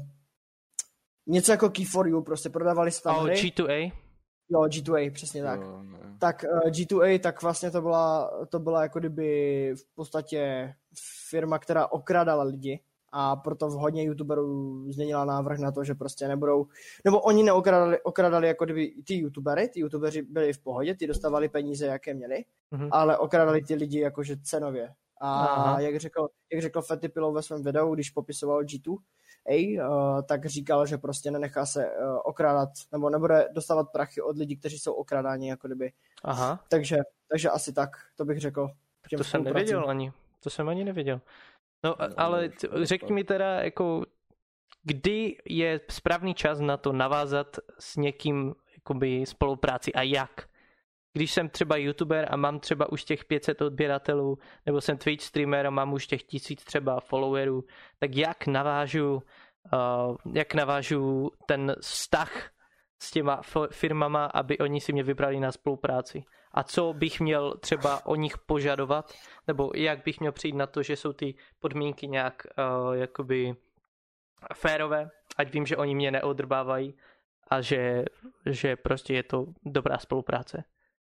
Něco jako Key four U, prostě prodávali se tam oh, hry. G two A? Jo, G two A, přesně tak. Jo, ne. Tak uh, G two A, tak vlastně to byla, to byla jako kdyby v podstatě firma, která okrádala lidi a proto v hodně youtuberů změnila návrh na to, že prostě nebudou, nebo oni neokradali okradali jako kdyby ty youtubery, ty youtubeři byli v pohodě, ty dostávali peníze, jaké měli, mm-hmm. ale okradali ty lidi jakože cenově. A Aha. jak řekl, jak řekl Fetipilou ve svém videu, když popisoval G two A, uh, tak říkal, že prostě nenechá se uh, okrádat, nebo nebude dostávat prachy od lidí, kteří jsou okrádáni, jako kdyby. Aha. Takže, takže asi tak, to bych řekl. To jsem nevěděl ani, to jsem ani nevěděl. No, no ale řekni mi teda, jako, kdy je správný čas na to navázat s někým jakoby spolupráci a jak? Když jsem třeba youtuber a mám třeba už těch pět set odběratelů, nebo jsem Twitch streamer a mám už těch tisíc třeba followerů, tak jak navážu, uh, jak navážu ten vztah s těma firmama, aby oni si mě vybrali na spolupráci? A co bych měl třeba o nich požadovat, nebo jak bych měl přijít na to, že jsou ty podmínky nějak uh, jakoby férové, ať vím, že oni mě neodrbávají a že, že prostě je to dobrá spolupráce.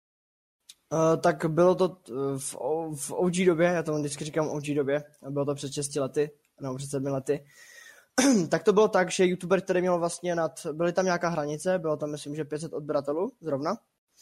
Uh, tak bylo to v, v O G době, já tomu vždycky říkám O G době, bylo to před šesti lety, nebo před sedmi lety. Tak to bylo tak, že youtuber, který měl vlastně nad, byly tam nějaká hranice, bylo tam myslím, že pět set odběratelů zrovna.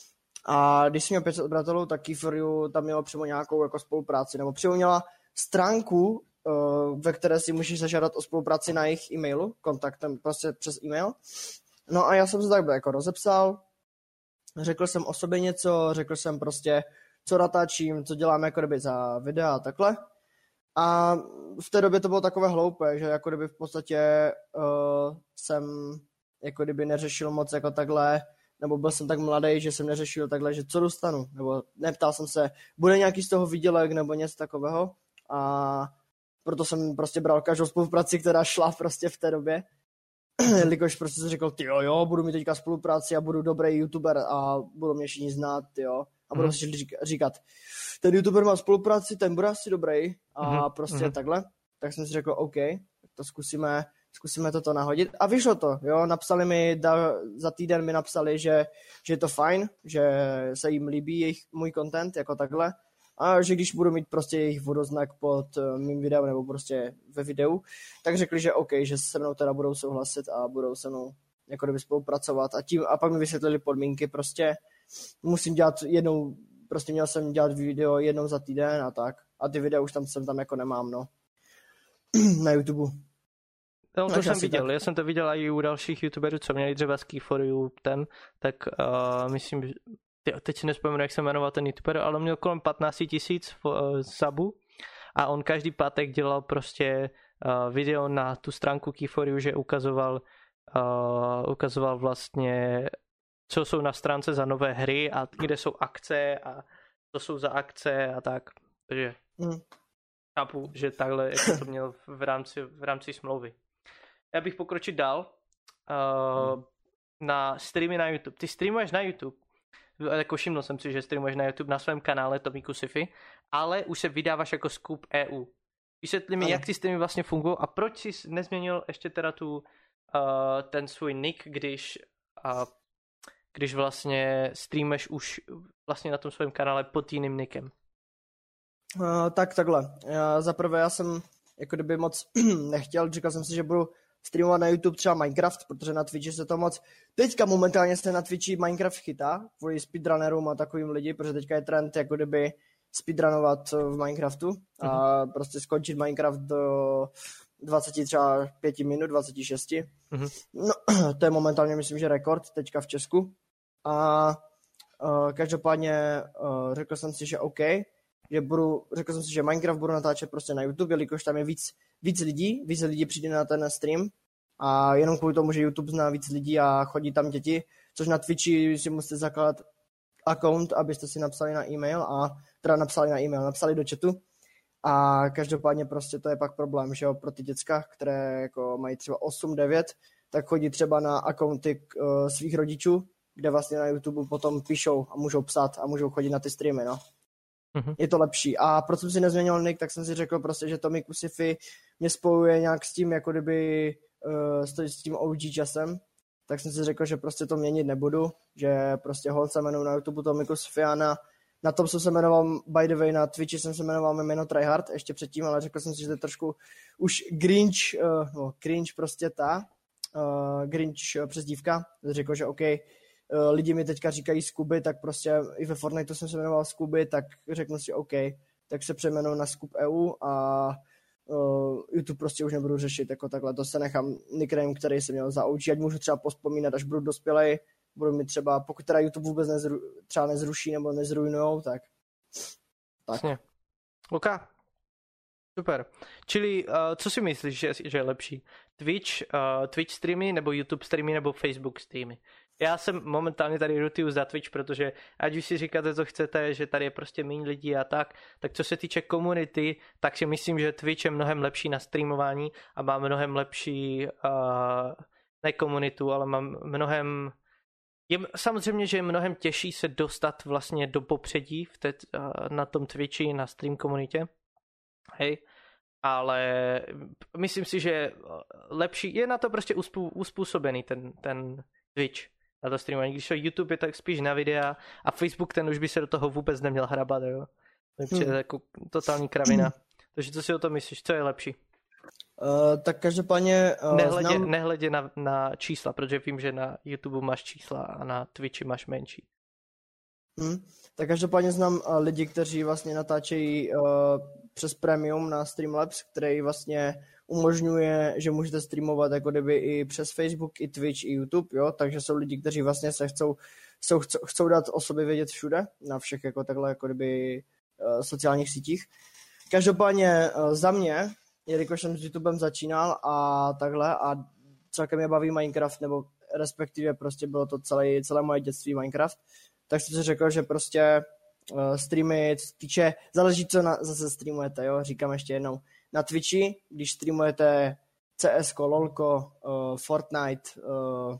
A když jsi měl pět set odběratelů, tak Key four U tam mělo přímo nějakou jako spolupráci, nebo přímo měla stránku, uh, ve které si můžeš zažádat o spolupráci na jejich e-mailu, kontaktem prostě přes e-mail. No a já jsem se tak jako rozepsal, řekl jsem o sobě něco, řekl jsem prostě, co natáčím, co dělám jako kdyby za videa a takhle. A v té době to bylo takové hloupé, že jako kdyby v podstatě uh, jsem jako kdyby neřešil moc jako takhle, nebo byl jsem tak mladý, že jsem neřešil takhle, že co dostanu, nebo neptal jsem se, bude nějaký z toho výdělek nebo něco takového a proto jsem prostě bral každou spolupráci, která šla prostě v té době. Jelikož prostě jsem řekl, tyjo, jo, budu mít teďka spolupráci a budu dobrý youtuber a budou mě všichni znát, jo. A budu mm. si říkat, ten youtuber má spolupráci, ten bude asi dobrý a mm. prostě mm. takhle. Tak jsem si řekl, OK, tak to zkusíme, zkusíme toto nahodit. A vyšlo to, jo, napsali mi, da, za týden mi napsali, že, že je to fajn, že se jim líbí jejich, můj content, jako takhle. A že když budu mít prostě jejich vodoznak pod uh, mým videem nebo prostě ve videu, tak řekli, že OK, že se mnou teda budou souhlasit a budou se mnou jako kdyby spolupracovat a tím a pak mi vysvětlili podmínky, prostě musím dělat jednou, prostě měl jsem dělat video jednou za týden a tak a ty videa už tam jsem tam jako nemám, no, na YouTube. No, to jsem viděl, tak. Já jsem to viděl i u dalších youtuberů, co měli třeba z Key four U ten, tak uh, myslím, že teď si nespomenu, jak se jmenoval ten youtuber, ale měl kolem patnáct tisíc uh, subů a on každý pátek dělal prostě uh, video na tu stránku Key for You, že ukazoval, uh, ukazoval vlastně, co jsou na stránce za nové hry a kde jsou akce a co jsou za akce a tak. Takže mm. chápu, že takhle jako to měl v rámci, v rámci smlouvy. Já bych pokročit dál uh, mm. na streamy na YouTube. Ty streamuješ na YouTube, jako všiml jsem si, že streamuješ na YouTube na svém kanále Tomiku Sci-Fi, ale už se vydáváš jako Scoop E U. Vysvětli mi, ano. jak ty streamy vlastně fungují a proč jsi nezměnil ještě teda tu, uh, ten svůj nick, když, uh, když vlastně streamuješ už vlastně na tom svém kanále pod jiným nickem. Uh, tak takhle. Já, zaprvé já jsem jako kdyby moc nechtěl, říkal jsem si, že budu streamovat na YouTube třeba Minecraft, protože na Twitchi se to moc... Teďka momentálně se na Twitchi Minecraft chytá, kvůli speedrunnerům a takovým lidi, protože teďka je trend jako kdyby speedrunovat v Minecraftu a mm-hmm. prostě skončit Minecraft do dvacet třeba pět minut, dvacet šest. Mm-hmm. No, to je momentálně myslím, že rekord teďka v Česku. A uh, každopádně uh, řekl jsem si, že OK, že budu, řekl jsem si, že Minecraft budu natáčet prostě na YouTube, jelikož tam je víc, víc lidí, víc lidí přijde na ten stream a jenom kvůli tomu, že YouTube zná víc lidí a chodí tam děti, což na Twitchi si musíte zakládat account, abyste si napsali na e-mail a teda napsali na e-mail, napsali do chatu a každopádně prostě to je pak problém, že jo, pro ty děcka, které jako mají třeba osm devět, tak chodí třeba na accounty uh, svých rodičů, kde vlastně na YouTube potom píšou a můžou psát a můžou chodit na ty streamy, no. Mm-hmm. Je to lepší. A proč jsem si nezměnil nick, tak jsem si řekl prostě, že Tomiku Sci-Fi mě spojuje nějak s tím, jako kdyby uh, s tím O G časem, tak jsem si řekl, že prostě to měnit nebudu, že prostě hold se jmenuji na YouTube Tomiku Sci-Fi a na, na tom jsem se jmenoval, by the way, na Twitchi jsem se jmenoval jméno Tryhard ještě předtím, ale řekl jsem si, že to je trošku už cringe, uh, no, cringe prostě ta, uh, cringe přezdívka, řekl, že OK, lidi mi teďka říkají Scooby, tak prostě i ve Fortniteu jsem se jmenoval Scooby, tak řeknu si OK, tak se přejmenuji na Scoop E U a uh, YouTube prostě už nebudu řešit jako takhle, to se nechám nickname, který jsem měl za O G, ať můžu třeba pospomínat, až budu dospělej, budu mi třeba, pokud teda YouTube vůbec nezru, třeba nezruší nebo nezrujnujou, tak tak. OK. Super. Čili uh, co si myslíš, že, že je lepší? Twitch, uh, Twitch streamy nebo YouTube streamy nebo Facebook streamy? Já jsem momentálně tady rotuju za Twitch, protože ať už si říkáte, co chcete, že tady je prostě méně lidí a tak, tak co se týče komunity, tak si myslím, že Twitch je mnohem lepší na streamování a má mnohem lepší, uh, ne komunitu, ale má mnohem, je, samozřejmě, že je mnohem těžší se dostat vlastně do popředí v té, uh, na tom Twitchi, na stream komunitě. Hej. Ale myslím si, že lepší, je na to prostě uspů, uspůsobený ten, ten Twitch na to streamování. Když to YouTube je tak spíš na videa a Facebook ten už by se do toho vůbec neměl hrabat, jo. Takže hmm. jako totální kravina. Takže co si o tom myslíš, co je lepší? Uh, tak každopádně uh, nehledě, znám... nehledě na, na čísla, protože vím, že na YouTube máš čísla a na Twitchi máš menší. Hmm. Tak každopádně znám uh, lidi, kteří vlastně natáčejí uh, přes Premium na Streamlabs, který vlastně umožňuje, že můžete streamovat jako kdyby i přes Facebook, i Twitch, i YouTube, jo, takže jsou lidi, kteří vlastně se chcou, jsou, chcou, chcou dát o sobě vědět všude, na všech jako takhle jako kdyby uh, sociálních sítích. Každopádně uh, za mě, jelikož jsem s YouTubem začínal a takhle a celkem mě baví Minecraft, nebo respektive prostě bylo to celé, celé moje dětství Minecraft, tak jsem si řekl, že prostě uh, streamy, co týče, záleží, co na, zase streamujete, jo, říkám ještě jednou. Na Twitchi, když streamujete C S ko, LOLko, uh, Fortnite, uh,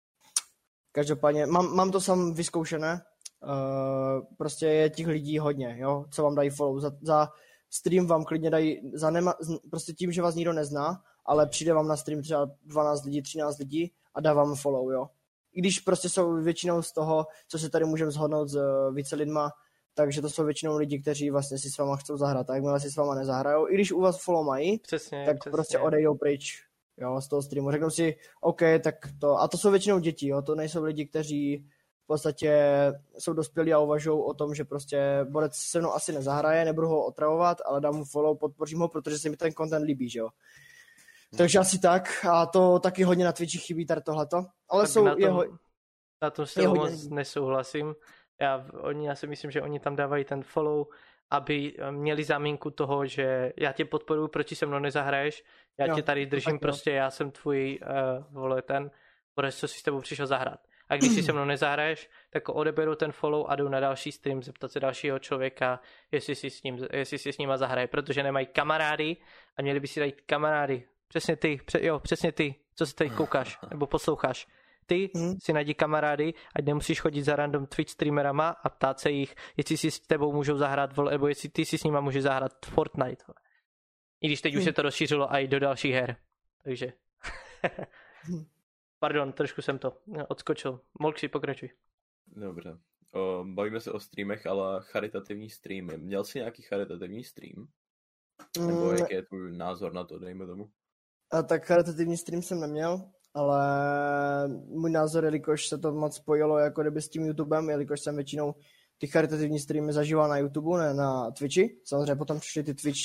každopádně, mám, mám to sám vyzkoušené, uh, prostě je těch lidí hodně, jo, co vám dají follow, za, za stream vám klidně dají, za nema, prostě tím, že vás nikdo nezná, ale přijde vám na stream třeba dvanáct lidí, třináct lidí a dá vám follow, jo. I když prostě jsou většinou z toho, co se tady můžeme shodnout s uh, více lidma, takže to jsou většinou lidi, kteří vlastně si s váma chcou zahrát. A jakmile si s váma nezahrajou, i když u vás follow mají, přesně, tak přesně. prostě odejdou pryč, jo, z toho streamu. Řeknou si, OK, tak to, a to jsou většinou děti, jo, to nejsou lidi, kteří v podstatě jsou dospělí a uvažují o tom, že prostě borec se mnou asi nezahraje, nebudu ho otravovat, ale dám mu follow, podpořím ho, protože se mi ten content líbí, že jo. Takže asi tak, a to taky hodně na Twitchi chybí tady tohleto, ale tak jsou na tom, jeho... Na tom s tebou moc nesouhlasím. Já, oni, já si myslím, že oni tam dávají ten follow aby měli záminku toho, že já tě podporuji, proti se mnou nezahraješ, já jo, tě tady držím, tak, prostě já jsem tvůj uh, vole ten, co si s tebou přišel zahrát. A když si se mnou nezahraješ, tak odeberu ten follow a jdu na další stream zeptat se dalšího člověka, jestli si s, ním, jestli si s nima zahraje, protože nemají kamarády a měli by si dát kamarády. Přesně ty, pře, jo, přesně ty, co se tady koukáš nebo posloucháš. Ty hmm. si najdi kamarády, ať nemusíš chodit za random Twitch streamerama a ptát se jich, jestli si s tebou můžou zahrát, nebo jestli ty si s nima můžeš zahrát Fortnite. I když teď hmm. už se to rozšířilo i do dalších her. Takže... Pardon, trošku jsem to odskočil. Molksi, pokračuj. Dobře. O, bavíme se o streamech, ale charitativní streamy. Měl jsi nějaký charitativní stream? Nebo mm. jaký je tvůj názor na to, dejme tomu? A tak charitativní stream jsem neměl, ale můj názor, jelikož se to moc spojilo jako kdyby s tím YouTubem, jelikož jsem většinou ty charitativní streamy zažíval na YouTube, ne na Twitchi. Samozřejmě potom přišly ty Twitch,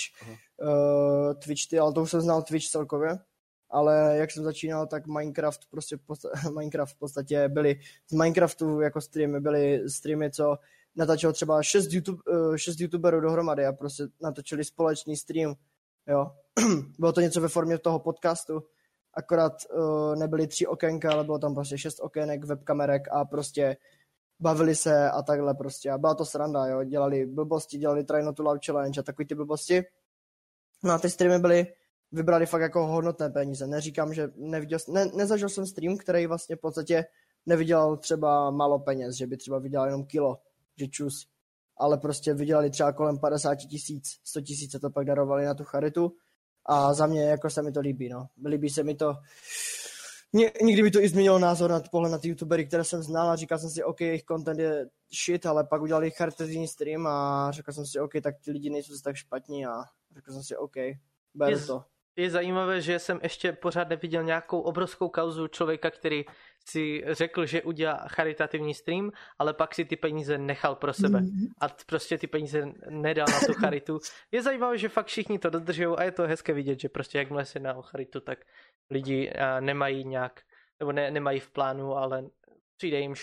uh, Twitch ty, ale to už jsem znal Twitch celkově. Ale jak jsem začínal, tak Minecraft prostě Minecraft v podstatě byly z Minecraftu jako streamy, byly streamy, co natočilo třeba šest, YouTube, šest youtuberů dohromady a prostě natočili společný stream, jo. Bylo to něco ve formě toho podcastu, akorát uh, nebyly tři okénka, ale bylo tam prostě šest okének, webkamerek a prostě bavili se a takhle prostě a byla to sranda, jo. Dělali blbosti, dělali Try Not to Love Challenge a takový ty blbosti. No a ty streamy byly vybrali fakt jako hodnotné peníze. Neříkám, že neviděl, ne, nezažil jsem stream, který vlastně v podstatě nevydělal třeba málo peněz, že by třeba vydělal jenom kilo, že čus. Ale prostě vydělali třeba kolem padesát tisíc, sto tisíc to pak darovali na tu charitu a za mě jako se mi to líbí, no. Líbí se mi to. Nikdy by to i změnilo názor na pohled na ty youtubery, které jsem znal a říkal jsem si, OK, jejich content je shit, ale pak udělali charitativní stream a řekl jsem si, OK, tak ty lidi nejsou tak špatní a řekl jsem si, OK, beru yes. to. Je zajímavé, že jsem ještě pořád neviděl nějakou obrovskou kauzu člověka, který si řekl, že udělá charitativní stream, ale pak si ty peníze nechal pro sebe a prostě ty peníze nedal na tu charitu. Je zajímavé, že fakt všichni to dodržují a je to hezké vidět, že prostě jakmile se jedná o charitu, tak lidi nemají nějak, nebo ne, nemají v plánu, ale přijde jim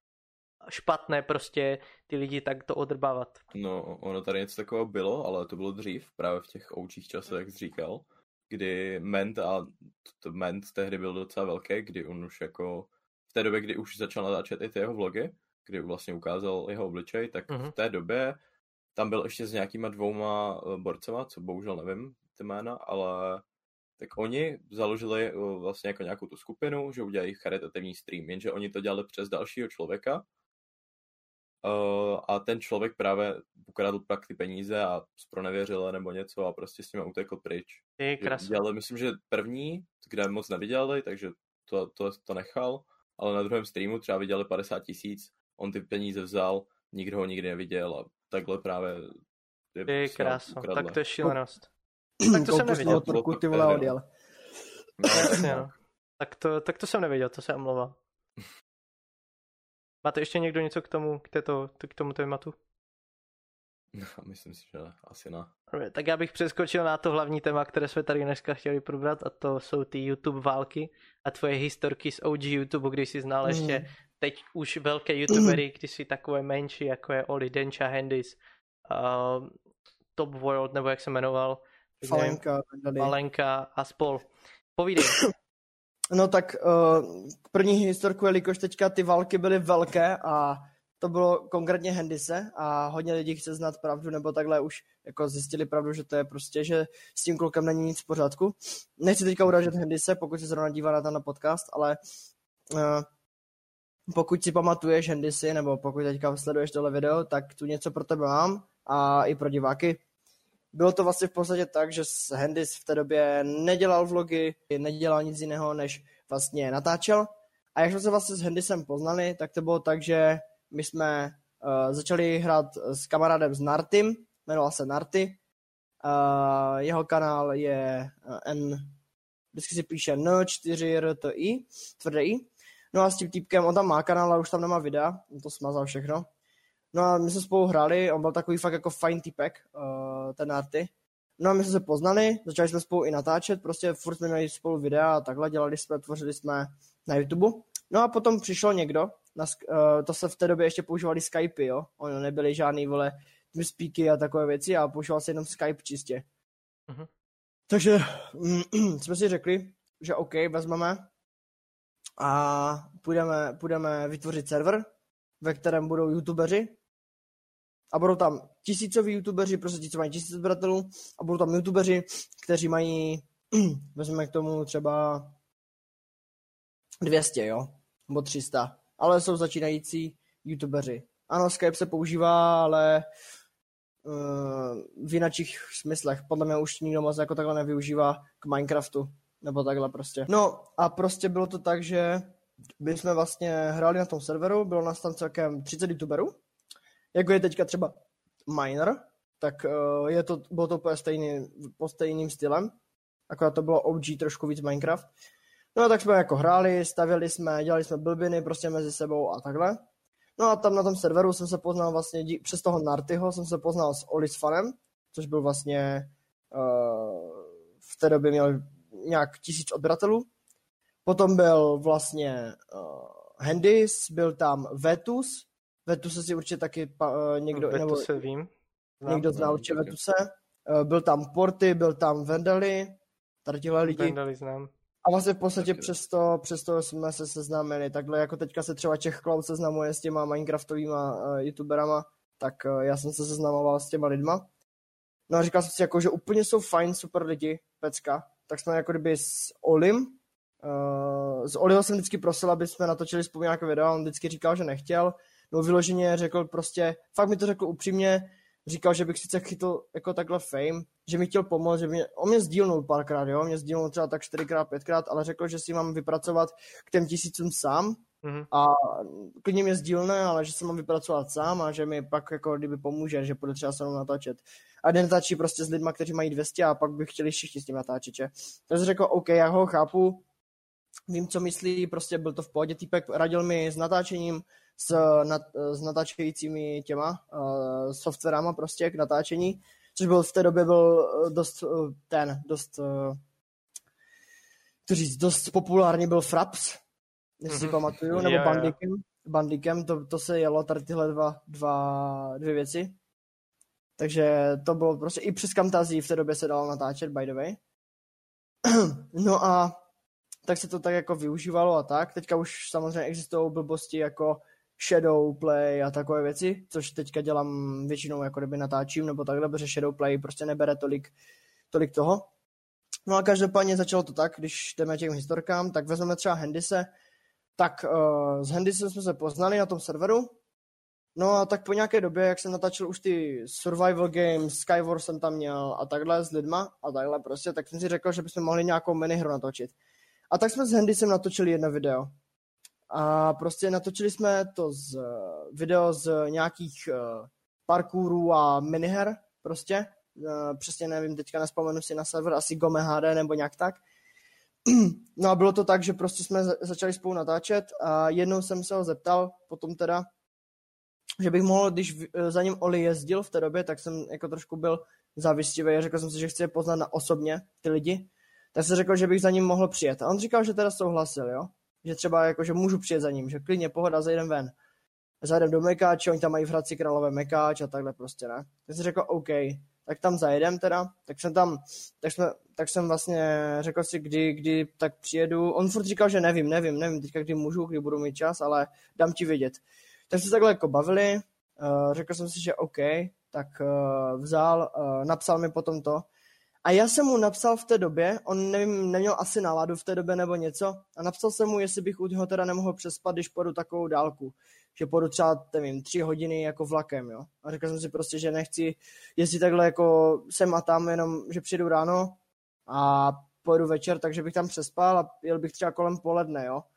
špatné prostě ty lidi tak to odrbávat. No, ono tady něco takového bylo, ale to bylo dřív, právě v těch oučích časech, jak jsi říkal, kdy Ment a to Ment tehdy byl docela velký, kdy on už jako v té době, kdy už začal natáčet i ty jeho vlogy, kdy vlastně ukázal jeho obličej, tak mm-hmm. v té době tam byl ještě s nějakýma dvouma borcema, co bohužel nevím ty jména, ale tak oni založili vlastně jako nějakou tu skupinu, že udělají charitativní stream, jenže oni to dělali přes dalšího člověka uh, a ten člověk právě ukradl pak ty peníze a zpronevěřil nebo něco a prostě s nimi utekl pryč. Je krásné. Ale myslím, že první, kde moc nevydělali, takže to, to, to nechal, ale na druhém streamu třeba vydělali padesát tisíc, on ty peníze vzal, nikdo ho nikdy neviděl a takhle právě je, je krásno, tak to je šílenost. Tak to jsem neviděl. Turku, ty vole, odjel. No, jasně, no. Tak to, tak to jsem neviděl, to se omlouvám. Máte ještě někdo něco k tomu, k, této, k tomu tématu? No, myslím si, že asi ne. Tak já bych přeskočil na to hlavní téma, které jsme tady dneska chtěli probrat, a to jsou ty YouTube války a tvoje historky z O G YouTube, když jsi znal mm. ještě teď už velké youtubery, když jsi takové menší, jako je Oli Denča, Handys, uh, Top World, nebo jak se jmenoval, Falenka, Falenka a spol. Povídej. No tak uh, první historku, jelikož teďka ty války byly velké a to bylo konkrétně Handyse a hodně lidí chce znát pravdu, nebo takhle už jako zjistili pravdu, že to je prostě, že s tím klukem není nic v pořádku. Nechci teďka uražet Handyse, pokud se zrovna dívá na ten podcast, ale uh, pokud si pamatuješ Handysy, nebo pokud teďka sleduješ tohle video, tak tu něco pro tebe mám a i pro diváky. Bylo to vlastně v podstatě tak, že Handys v té době nedělal vlogy, nedělal nic jiného, než vlastně natáčel. A jak jsme se vlastně s Handysem poznali, tak to bylo tak, že my jsme uh, začali hrát s kamarádem s Nartym, jmenoval se Narty. Uh, jeho kanál je uh, N, vždycky si píše N čtyři R T I, tvrdé I. No a s tím týpkem, on tam má kanál, ale už tam nemá videa, on to smazal všechno. No a my jsme spolu hráli, on byl takový fakt jako fajn týpek, uh, ten Narty. No a my jsme se poznali, začali jsme spolu i natáčet, prostě furt jsme měli spolu videa a takhle, dělali jsme, tvořili jsme na YouTube. No a potom přišel někdo, na, uh, to se v té době ještě používali Skypey, jo, ono nebyly žádný, vole, speaky a takové věci a používal se jenom Skype čistě. Mhm. Takže mm, jsme si řekli, že OK, vezmeme a půjdeme, půjdeme vytvořit server, ve kterém budou youtubeři a budou tam tisícoví youtubeři, prostě ti, co mají tisíc odběratelů a budou tam youtubeři, kteří mají, vezmeme k tomu třeba dvě stě, jo, nebo tři sta, ale jsou začínající youtubeři. Ano, Skype se používá, ale uh, v jinakších smyslech. Podle mě už nikdo moc jako takhle nevyužívá k Minecraftu, nebo takhle prostě. No a prostě bylo to tak, že my jsme vlastně hráli na tom serveru, bylo nás tam celkem třicet youtuberů, jako je teďka třeba Miner, tak uh, je to, bylo to po, stejný, po stejným stylem, akorát to bylo O G trošku víc Minecraft. No a tak jsme jako hráli, stavěli jsme, dělali jsme blbiny prostě mezi sebou a takhle. No a tam na tom serveru jsem se poznal vlastně, dí, přes toho Nartyho jsem se poznal s Olisfanem, což byl vlastně, uh, v té době měl nějak tisíc odběratelů. Potom byl vlastně uh, Handys, byl tam Vetus, Vetuse si určitě taky uh, někdo, Vetuse nebo, vím. Znám, někdo zná určitě Vetuse. Uh, byl tam Porty, byl tam Vendely, tady tihle lidi. Vendely znám. A vlastně v podstatě přesto, přesto jsme se seznámili. Takhle jako teďka se třeba Czech Cloud seznamuje s těma Minecraftovýma uh, youtuberama, tak uh, já jsem se seznamoval s těma lidma. No a říkal jsem si jako, že úplně jsou fajn, super lidi, pecka. Tak jsme jako kdyby s Olim, uh, s Oliho jsem vždycky prosil, aby jsme natočili spolu nějaké video, on vždycky říkal, že nechtěl. No vyloženě řekl prostě, fakt mi to řekl upřímně, říkal, že bych sice chytl jako takhle fame, že mi chtěl pomoct, že mě, on mě sdílnul párkrát, jo, mě sdílnul třeba tak čtyřikrát, pětkrát, ale řekl, že si mám vypracovat k těm tisícům sám mm-hmm. a klidně mě sdílne, ale že si mám vypracovat sám a že mi pak jako kdyby pomůže, že bude třeba se mnou natáčet. A jde natáčí prostě s lidma, kteří mají dvě stě a pak by chtěli všichni s tím natáčet, že? Takže řekl, OK, já ho chápu, vím, co myslí, prostě byl to v pohodě, týpek radil mi s natáčením, s, nat, s natáčejícími těma uh, softwarama prostě k natáčení, což byl v té době byl dost uh, ten, dost uh, to říct, dost populární byl Fraps, jestli si mm-hmm. pamatuju, nebo yeah, Bandicam, yeah. Bandicam, to, to se jelo tady tyhle dva, dva, dvě věci. Takže to bylo prostě, i přes Camtasia v té době se dalo natáčet, by the way. No a tak se to tak jako využívalo a tak. Teďka už samozřejmě existují blbosti jako Shadowplay a takové věci, což teďka dělám většinou jako kdyby natáčím, nebo takhle, protože Shadowplay prostě nebere tolik, tolik toho. No a každopádně začalo to tak, když jdeme těm historkám, tak vezmeme třeba Handyse, tak uh, s Handysem jsme se poznali na tom serveru. No a tak po nějaké době, jak jsem natáčel už ty survival games, Skywars jsem tam měl a takhle s lidma a takhle prostě, tak jsem si řekl, že bychom mohli nějakou minihru natočit. A tak jsme s Handysem natočili jedno video. A prostě natočili jsme to z video z nějakých uh, parkourů a miniher prostě. Uh, přesně nevím, teďka nespomenu si na server, asi Gome H D nebo nějak tak. No a bylo to tak, že prostě jsme začali spolu natáčet a jednou jsem se ho zeptal, potom teda, že bych mohl, když za ním Oli jezdil v té době, tak jsem jako trošku byl závistivý a řekl jsem si, že chci je poznat na osobně ty lidi, tak jsem řekl, že bych za ním mohl přijet. A on říkal, že teda souhlasil, jo, že třeba jako, že můžu přijet za ním, že klidně pohoda, zajdem ven. Zajdem do Mekáče, oni tam mají v Hradci Králové Mekáč a takhle prostě, ne. Tak jsem řekl, OK, tak tam zajedem teda, tak jsem tam, tak, jsme, tak jsem vlastně řekl si, kdy, kdy tak přijedu. On furt říkal, že nevím, nevím, nevím teďka, kdy můžu, kdy budu mít čas, ale dám ti vědět. Tak se takhle jako bavili, uh, řekl jsem si, že OK, tak uh, vzal, uh, napsal mi potom to. A já jsem mu napsal v té době, on nevím, neměl asi náladu v té době nebo něco, a napsal jsem mu, jestli bych u něho teda nemohl přespat, když pojedu takovou dálku. Že pojedu třeba, nevím, tři hodiny jako vlakem, jo. A řekl jsem si prostě, že nechci jezdit takhle jako sem a tam, jenom, že přijedu ráno a pojedu večer, takže bych tam přespal a jel bych třeba kolem poledne, jo.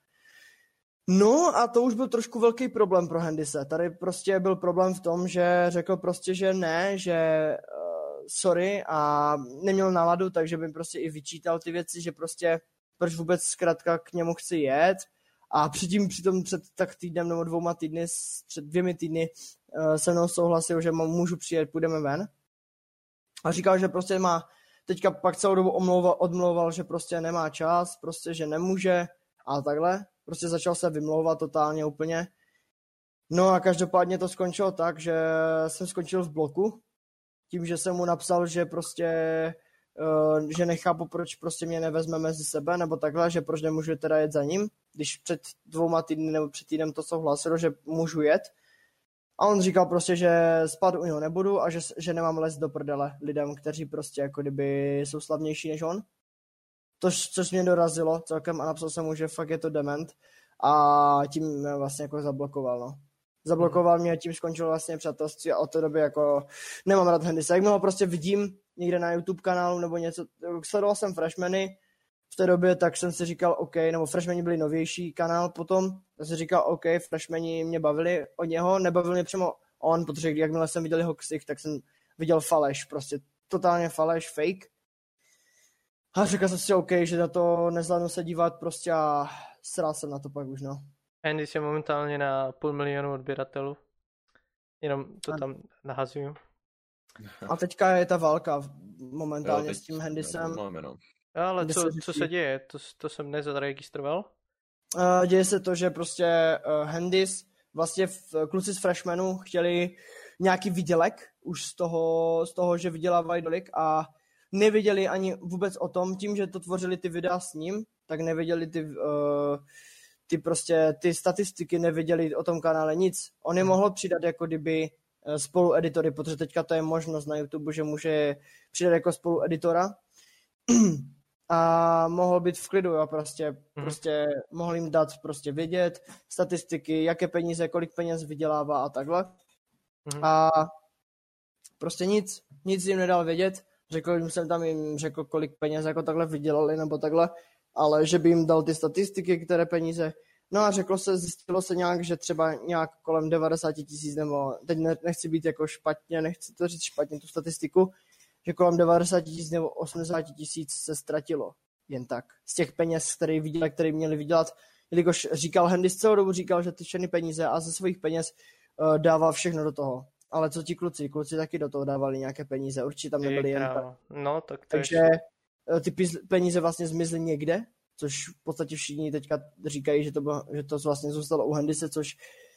No a to už byl trošku velký problém pro Handyse. Tady prostě byl problém v tom, že řekl prostě, že ne, že uh, sorry a neměl náladu, takže by prostě i vyčítal ty věci, že prostě proč vůbec zkrátka k němu chci jet. A předtím přitom před tak týdnem nebo dvouma týdny, před dvěmi týdny uh, se mnou souhlasil, že můžu přijet, půjdeme ven. A říkal, že prostě má, teďka pak celou dobu omlouval, odmlouval, že prostě nemá čas, prostě, že nemůže a takhle. Prostě začal se vymlouvat totálně úplně. No a každopádně to skončilo tak, že jsem skončil v bloku, tím, že jsem mu napsal, že prostě, uh, že nechápu, proč prostě mě nevezme mezi sebe, nebo takhle, že proč nemůžu teda jet za ním, když před dvouma týdny nebo před týdnem to souhlasilo, že můžu jet. A on říkal prostě, že spát u něho nebudu a že, že nemám les do prdele lidem, kteří prostě jako kdyby jsou slavnější než on. Tož, což mě dorazilo celkem a napsal jsem mu, že fakt je to dement a tím mě vlastně jako zablokoval, no. Zablokoval mě, tím skončilo vlastně přátelství a od té doby jako nemám rád Handise. Jak ho prostě vidím někde na YouTube kanálu nebo něco, sledoval jsem Freshmany v té době, tak jsem si říkal OK, nebo Freshmani byli novější kanál potom, tak jsem si říkal OK, Freshmani mě bavili od něho, nebavil mě přímo on, protože jakmile jsem viděl jeho ksich, tak jsem viděl faleš, prostě totálně faleš, fake. A říkal jsem si OK, že na to nezvládnu se dívat prostě a sral jsem na to pak už, no. Handys je momentálně na půl milionu odběratelů. Jenom to tam nahazuju. A teďka je ta válka momentálně jo, teď, s tím Handysem. No, máme, no. Ale co, se co se děje? To, to jsem nezaregistroval. Uh, děje se to, že prostě uh, Handys, vlastně v, kluci z Freshmanu chtěli nějaký výdělek už z toho, z toho, že vydělávají tolik a nevěděli ani vůbec o tom, tím, že to tvořili ty videa s ním, tak nevěděli ty, uh, ty prostě ty statistiky, nevěděli o tom kanále nic. On je mohl přidat jako kdyby spolueditory, protože teďka to je možnost na YouTube, že může přidat jako spolueditora a mohl být v klidu, jo, prostě, mm. prostě mohl jim dát prostě vědět statistiky, jaké peníze, kolik peněz vydělává a takhle. Mm. A prostě nic, nic jim nedal vědět, řekl jim jsem tam jim řekl, kolik peněz jako takhle vydělali nebo takhle, ale že by jim dal ty statistiky, které peníze. No a řeklo se, zjistilo se nějak, že třeba nějak kolem devadesát tisíc, nebo teď nechci být jako špatně, nechci to říct špatně, tu statistiku, že kolem devadesát tisíc nebo osmdesát tisíc se ztratilo jen tak. Z těch peněz, které viděli, které měli vydělat, jelikož říkal Handys celou dobu, říkal, že ty všechny peníze a ze svých peněz uh, dával všechno do toho. Ale co ti kluci? Kluci taky do toho dávali nějaké peníze, určitě tam nebyly jen tak. No, tak to Takže je... ty peníze vlastně zmizly někde, což v podstatě všichni teďka říkají, že to, bylo, že to vlastně zůstalo u Handise, což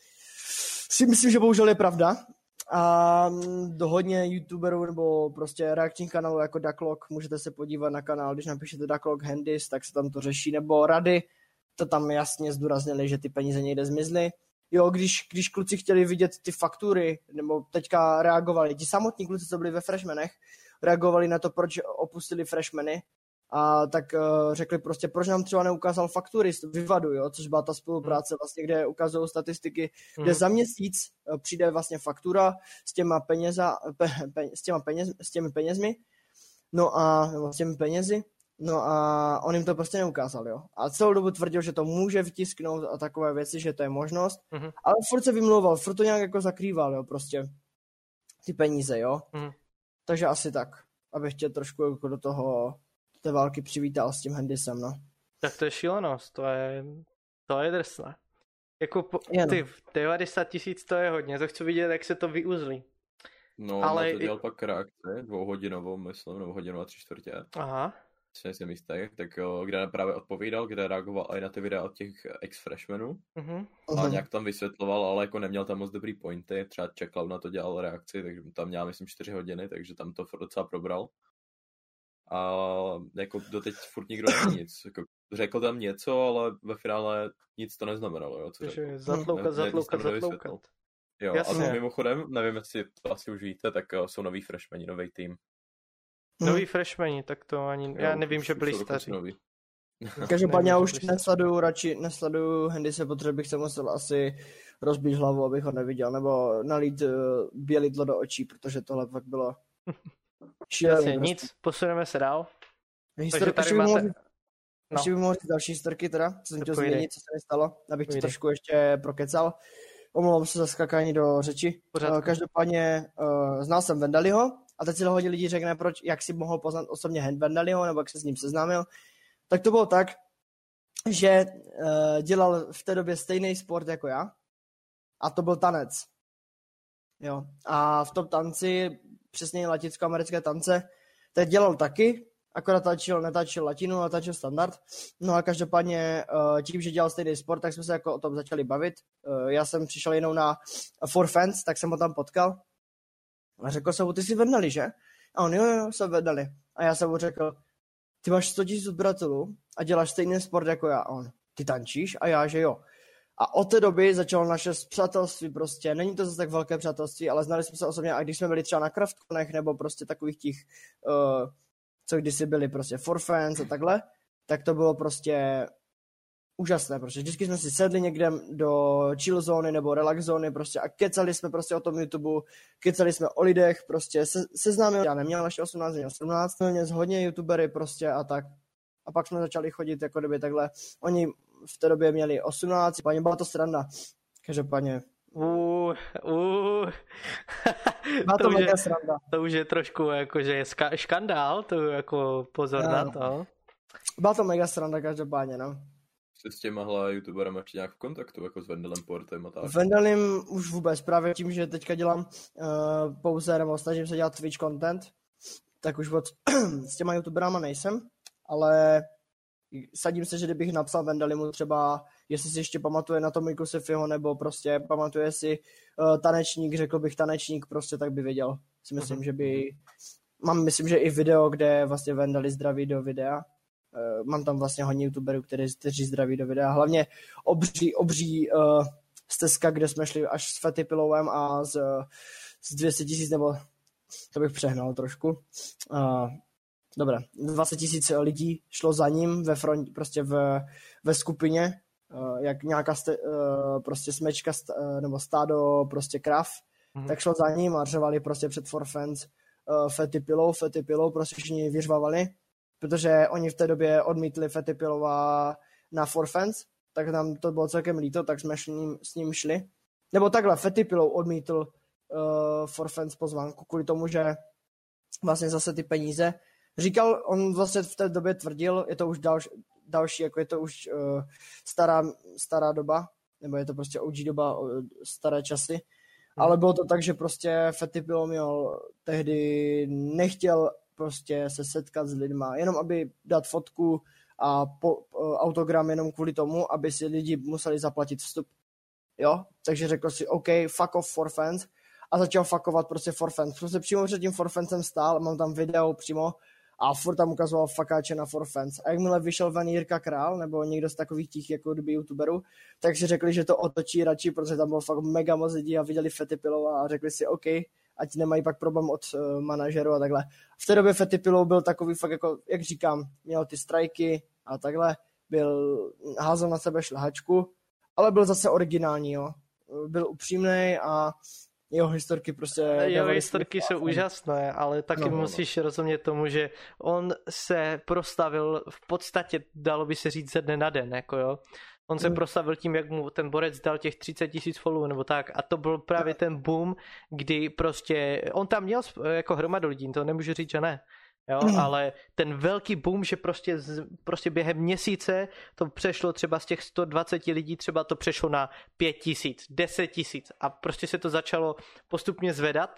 si myslím, že bohužel je pravda. A do hodně youtuberů nebo prostě reakčních kanálů jako Ducklog, můžete se podívat na kanál, když napíšete Ducklog Handys, tak se tam to řeší, nebo Rady, to tam jasně zdůraznili, že ty peníze někde zmizly. Jo, když, když kluci chtěli vidět ty faktury, nebo teďka reagovali, ti samotní kluci, co byli ve Freshmanech, reagovali na to, proč opustili Freshmany, a tak uh, řekli prostě, proč nám třeba neukázal faktury z Vyvadu, jo, což byla ta spolupráce vlastně, kde ukazují statistiky, mm. kde za měsíc uh, přijde vlastně faktura s těma peněza, pe, pe, s těma peněz, s těmi penězmi, no a nebo s těmi penězi, no a on jim to prostě neukázal, jo. A celou dobu tvrdil, že to může vtisknout a takové věci, že to je možnost, mm. ale furt se vymlouval, furt to nějak jako zakrýval, jo, prostě ty peníze, jo. Mm. Takže asi tak, abych tě trošku jako do toho té války přivítal s tím Handysem, no. Tak to je šílenost, to je, to je drsné. Jako po, ty devadesát tisíc to je hodně, to chci vidět, jak se to vyuzlí. No, ale to dělal pak reakci, dvouhodinovou, myslím, nebo hodinu a tři čtvrtě. Aha. Si místek, tak jo, kde právě odpovídal, kde reagoval i na ty videa od těch ex-freshmanů. Uh-huh. A nějak tam vysvětloval, ale jako neměl tam moc dobrý pointy, třeba Checkloud na to dělal reakci, takže tam měl, myslím, čtyři hodiny, takže tam to docela probral. A jako doteď furt nikdo není nic. Jako, řekl tam něco, ale ve finále nic to neznamenalo. Jo, co řekl. Zatloukat, ne, zatloukat, ne, zatloukat. Jo, jasně. A to mimochodem, nevím, jestli to asi už víte, tak jsou noví freshmani, nový tým. Noví freshmani, tak to ani, jo, já nevím, že byli staří. Každopádně já už nesleduju, radši nesleduju Handise, protože bych se musel asi rozbít hlavu, abych ho neviděl, nebo nalít uh, bělidlo do očí, protože tohle fakt bylo šílený. Jasně, nic, posuneme se dál. Histor- ještě, máte... mohl... no. ještě bych mohl říct další historky teda, co jsem chtěl změnit, co se mi stalo, abych to trošku ještě prokecal. Omlouvám se za skakání do řeči. Pořádku. Každopádně uh, znal jsem Vendaliho a teď si hodně lidí řekne, proč, jak si mohl poznat osobně Vendaliho, nebo jak se s ním seznámil. Tak to bylo tak, že uh, dělal v té době stejný sport jako já a to byl tanec. Jo. A v tom tanci, přesně latinsko-americké tance, teď dělal taky akorát tačil, netačil latinu, ale tačil standard. No a každopádně tím, že dělal stejný sport, tak jsme se jako o tom začali bavit. Já jsem přišel jenom na For Fans, tak jsem ho tam potkal. A řekl jsem mu, ty jsi Vendali, že? A on, jo, jo, jsem Vendali. A já jsem mu řekl, ty máš sto tisíc odběratelů a děláš stejný sport jako já. A on, ty tančíš? A já, že jo. A od té doby začalo naše přátelství prostě. Není to zase tak velké přátelství, ale znali jsme se osobně. A když jsme byli třeba na Craftconech nebo prostě takových těch, uh, co kdysi byli prostě For Fans a takhle, tak to bylo prostě úžasné. Prostě vždycky jsme si sedli někde do chill zóny nebo relax zóny prostě a kecali jsme prostě o tom YouTube, kecali jsme o lidech, prostě se, seznámil. Já neměl ještě osmnáct, měl sedmnáct, měl hodně youtubery prostě a tak. A pak jsme začali chodit jako kdyby takhle. Oni v té době měli osmnáct, paní byla to sranda. Každopádně. Uh, uh. Byla to, to mega sranda. To už je trošku jakože ska- škandál, to jako pozor na to. Byla to mega sranda každopádně, no. Jsi s těma youtuberama ještě nějak v kontaktu, jako s Vendalem Portem a tak? S Vendalem už vůbec, právě tím, že teďka dělám uh, pouze, nebo snažím se dělat Twitch content, tak už od, s těma youtuberama nejsem, ale sadím se, že kdybych napsal Vendalimu třeba, jestli si ještě pamatuje na Tomiku Sefiho, nebo prostě pamatuje si uh, tanečník, řekl bych tanečník, prostě tak by věděl. Si myslím, uh-huh. že by... Mám, myslím, že i video, kde vlastně Vendali zdraví do videa. Uh, mám tam vlastně hodně youtuberů, kteří, kteří zdraví do videa. Hlavně obří, obří uh, stezka, kde jsme šli až s Fatty Pillowem a z, z dvě stě tisíc, nebo to bych přehnal trošku. Uh, Dobré, dvacet tisíc lidí šlo za ním ve front, prostě v, ve skupině, jak nějaká ste, prostě smečka nebo stádo prostě krav, mm-hmm. tak šlo za ním a řvali prostě před For Fans Fatty Pillow, Fatty Pillow, prostě všichni vyřvávali, protože oni v té době odmítli Fatty Pillowa na For Fans, tak nám to bylo celkem líto, tak jsme s ním, s ním šli. Nebo takhle, Fatty Pillow odmítl uh, For Fans pozvánku kvůli tomu, že vlastně zase ty peníze říkal, on vlastně v té době tvrdil, je to už další, další jako je to už uh, stará, stará doba, nebo je to prostě O G doba, uh, staré časy, hmm. ale bylo to tak, že prostě Fatty Pillow měl tehdy nechtěl prostě se setkat s lidma, jenom aby dát fotku a po, uh, autogram jenom kvůli tomu, aby si lidi museli zaplatit vstup. Jo? Takže řekl si, OK, fuck off For Fans a začal fuckovat prostě For Fans. Prostě přímo před tím For Fansem stál, mám tam video přímo, a furt tam ukazoval fakáče na For Fans. A jakmile vyšel ven Jirka Král, nebo někdo z takových těch jako doby youtuberů, tak si řekli, že to otočí radši, protože tam bylo fakt mega moc lidí a viděli Fatty Pillow a řekli si OK, ať nemají pak problém od uh, manažeru a takhle. V té době Fatty Pillow byl takový fakt jako, jak říkám, měl ty strajky a takhle, byl, házel na sebe šlehačku, ale byl zase originální, jo. Byl upřímnej a jeho historky prostě... Jeho historky jsou úžasné, ale taky no, no, musíš no. rozumět tomu, že on se prostavil v podstatě, dalo by se říct, ze dne na den, jako jo. On se mm. prostavil tím, jak mu ten borec dal těch třicet tisíc followů nebo tak a to byl právě ten boom, kdy prostě, on tam měl jako hromadu lidí, to nemůžu říct, že ne. Jo, mm. ale ten velký boom, že prostě, prostě během měsíce to přešlo třeba z těch sto dvacet lidí, třeba to přešlo na pět tisíc, deset tisíc a prostě se to začalo postupně zvedat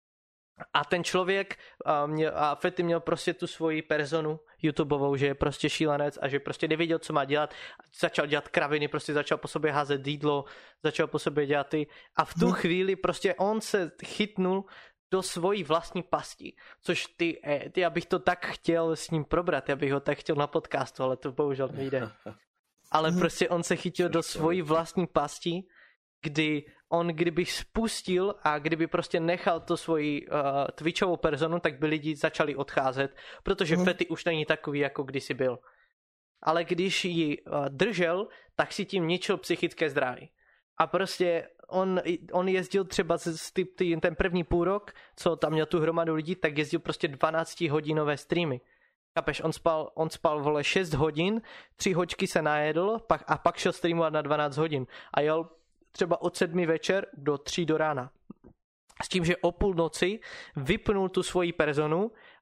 a ten člověk a, měl, a Fatty měl prostě tu svoji personu YouTubeovou, že je prostě šílenec a že prostě nevěděl, co má dělat, začal dělat kraviny, prostě začal po sobě házet jídlo, začal po sobě dělat ty a v tu mm. chvíli prostě on se chytnul do svojí vlastní pasti, což ty, ty, já bych to tak chtěl s ním probrat, já bych ho tak chtěl na podcastu, ale to bohužel nejde. Ale prostě on se chytil do svojí vlastní pasti, kdy on kdyby spustil a kdyby prostě nechal to svoji uh, Twitchovou personu, tak by lidi začali odcházet, protože mm. Fatty už není takový, jako kdysi byl. Ale když ji uh, držel, tak si tím ničil psychické zdraví. A prostě on, on jezdil třeba z ty, ty, ten první půl rok, co tam měl tu hromadu lidí, tak jezdil prostě dvanáctihodinové streamy. Chápeš, on spal, on spal vole šest hodin, tři hoďky se najedl pak, a pak šel streamovat na dvanáct hodin. A jel třeba od sedmi večer do tří do rána. S tím, že o půl noci vypnul tu svoji personu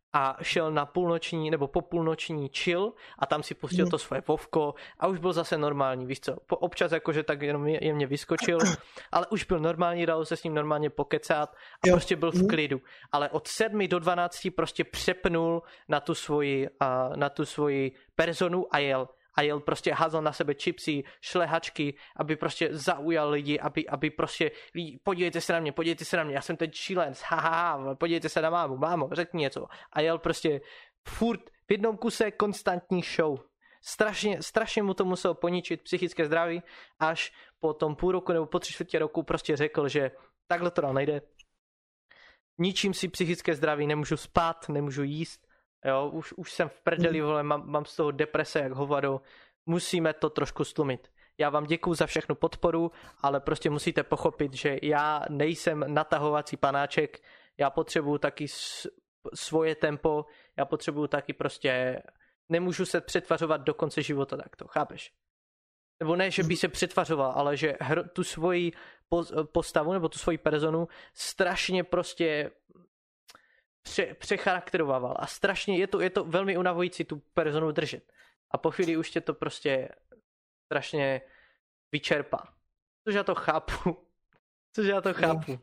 a šel na půlnoční nebo popůlnoční chill a tam si pustil mm. to svoje vovko a už byl zase normální, víš co, po, občas jakože tak jenom jemně vyskočil, ale už byl normální, dalo se s ním normálně pokecat a jo. prostě byl v klidu, ale od sedmi do dvanácti prostě přepnul na tu svoji, uh, na tu svoji personu a jel. A jel prostě, házel na sebe čipsy, šlehačky, aby prostě zaujal lidi, aby, aby prostě, podívejte se na mě, podívejte se na mě, já jsem teď šílenc, haha, podívejte se na mámu, mámo, řekni něco. A jel prostě furt v jednom kuse konstantní show. Strašně, strašně mu to muselo poničit psychické zdraví, až po tom půl roku nebo po tři čtvrtě roku prostě řekl, že takhle to dál nejde. Ničím si psychické zdraví, nemůžu spát, nemůžu jíst. Jo, už, už jsem v prdeli, vole, mám, mám z toho deprese jak hovado, musíme to trošku stlumit. Já vám děkuju za všechnu podporu, ale prostě musíte pochopit, že já nejsem natahovací panáček, já potřebuju taky svoje tempo, já potřebuju taky prostě, nemůžu se přetvařovat do konce života takto, chápeš? Nebo ne, že by se přetvařoval, ale že hr, tu svoji postavu nebo tu svoji personu strašně prostě Pře, přecharakterovával a strašně je to, je to velmi unavující tu personu držet a po chvíli už tě to prostě strašně vyčerpá. Což já to chápu. Což já to chápu.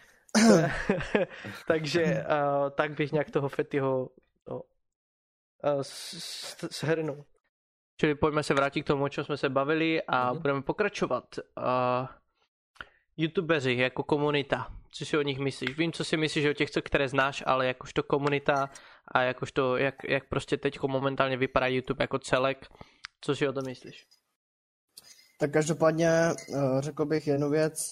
Takže uh, tak bych nějak toho Fettyho to, uh, shrnul. Čili pojďme se vrátit k tomu, o čem jsme se bavili a mm. budeme pokračovat. Uh, YouTubeři jako komunita. Co si o nich myslíš? Vím, co si myslíš o těch, které znáš, ale jakožto komunita a jakožto, jak, jak prostě teď momentálně vypadá YouTube jako celek, co si o tom myslíš? Tak každopádně řekl bych jednu věc.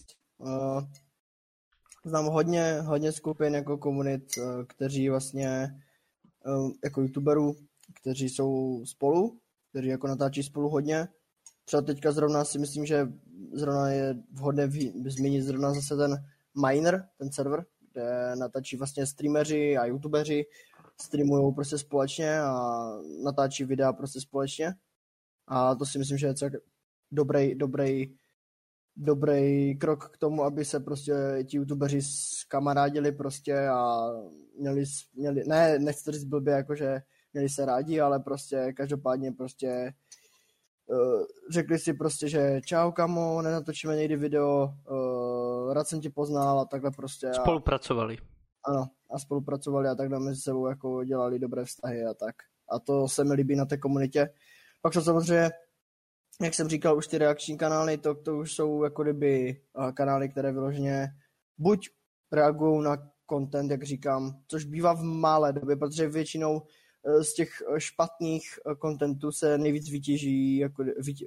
Znám hodně, hodně skupin jako komunit, kteří vlastně jako YouTuberů, kteří jsou spolu, kteří jako natáčí spolu hodně. Třeba teďka zrovna si myslím, že zrovna je vhodné zmínit zrovna zase ten Miner, ten server, kde natáčí vlastně streameři a youtubeři, streamujou prostě společně a natáčí videa prostě společně. A to si myslím, že je celý dobrý, dobrý, dobrý krok k tomu, aby se prostě ti youtubeři kamarádili prostě a měli, měli ne, nechci to říct blbě, jakože měli se rádi, ale prostě každopádně prostě uh, řekli si prostě, že čau kamo, nenatočíme někdy video, uh, rád jsem tě poznal a takhle prostě. A, spolupracovali. Ano, a spolupracovali a takhle mezi sebou jako dělali dobré vztahy a tak. A to se mi líbí na té komunitě. Pak jsou samozřejmě, jak jsem říkal, už ty reakční kanály, to, to už jsou jako kdyby kanály, které vyloženě buď reagují na content, jak říkám, což bývá v malé době, protože většinou z těch špatných contentů se nejvíc vytěží, jako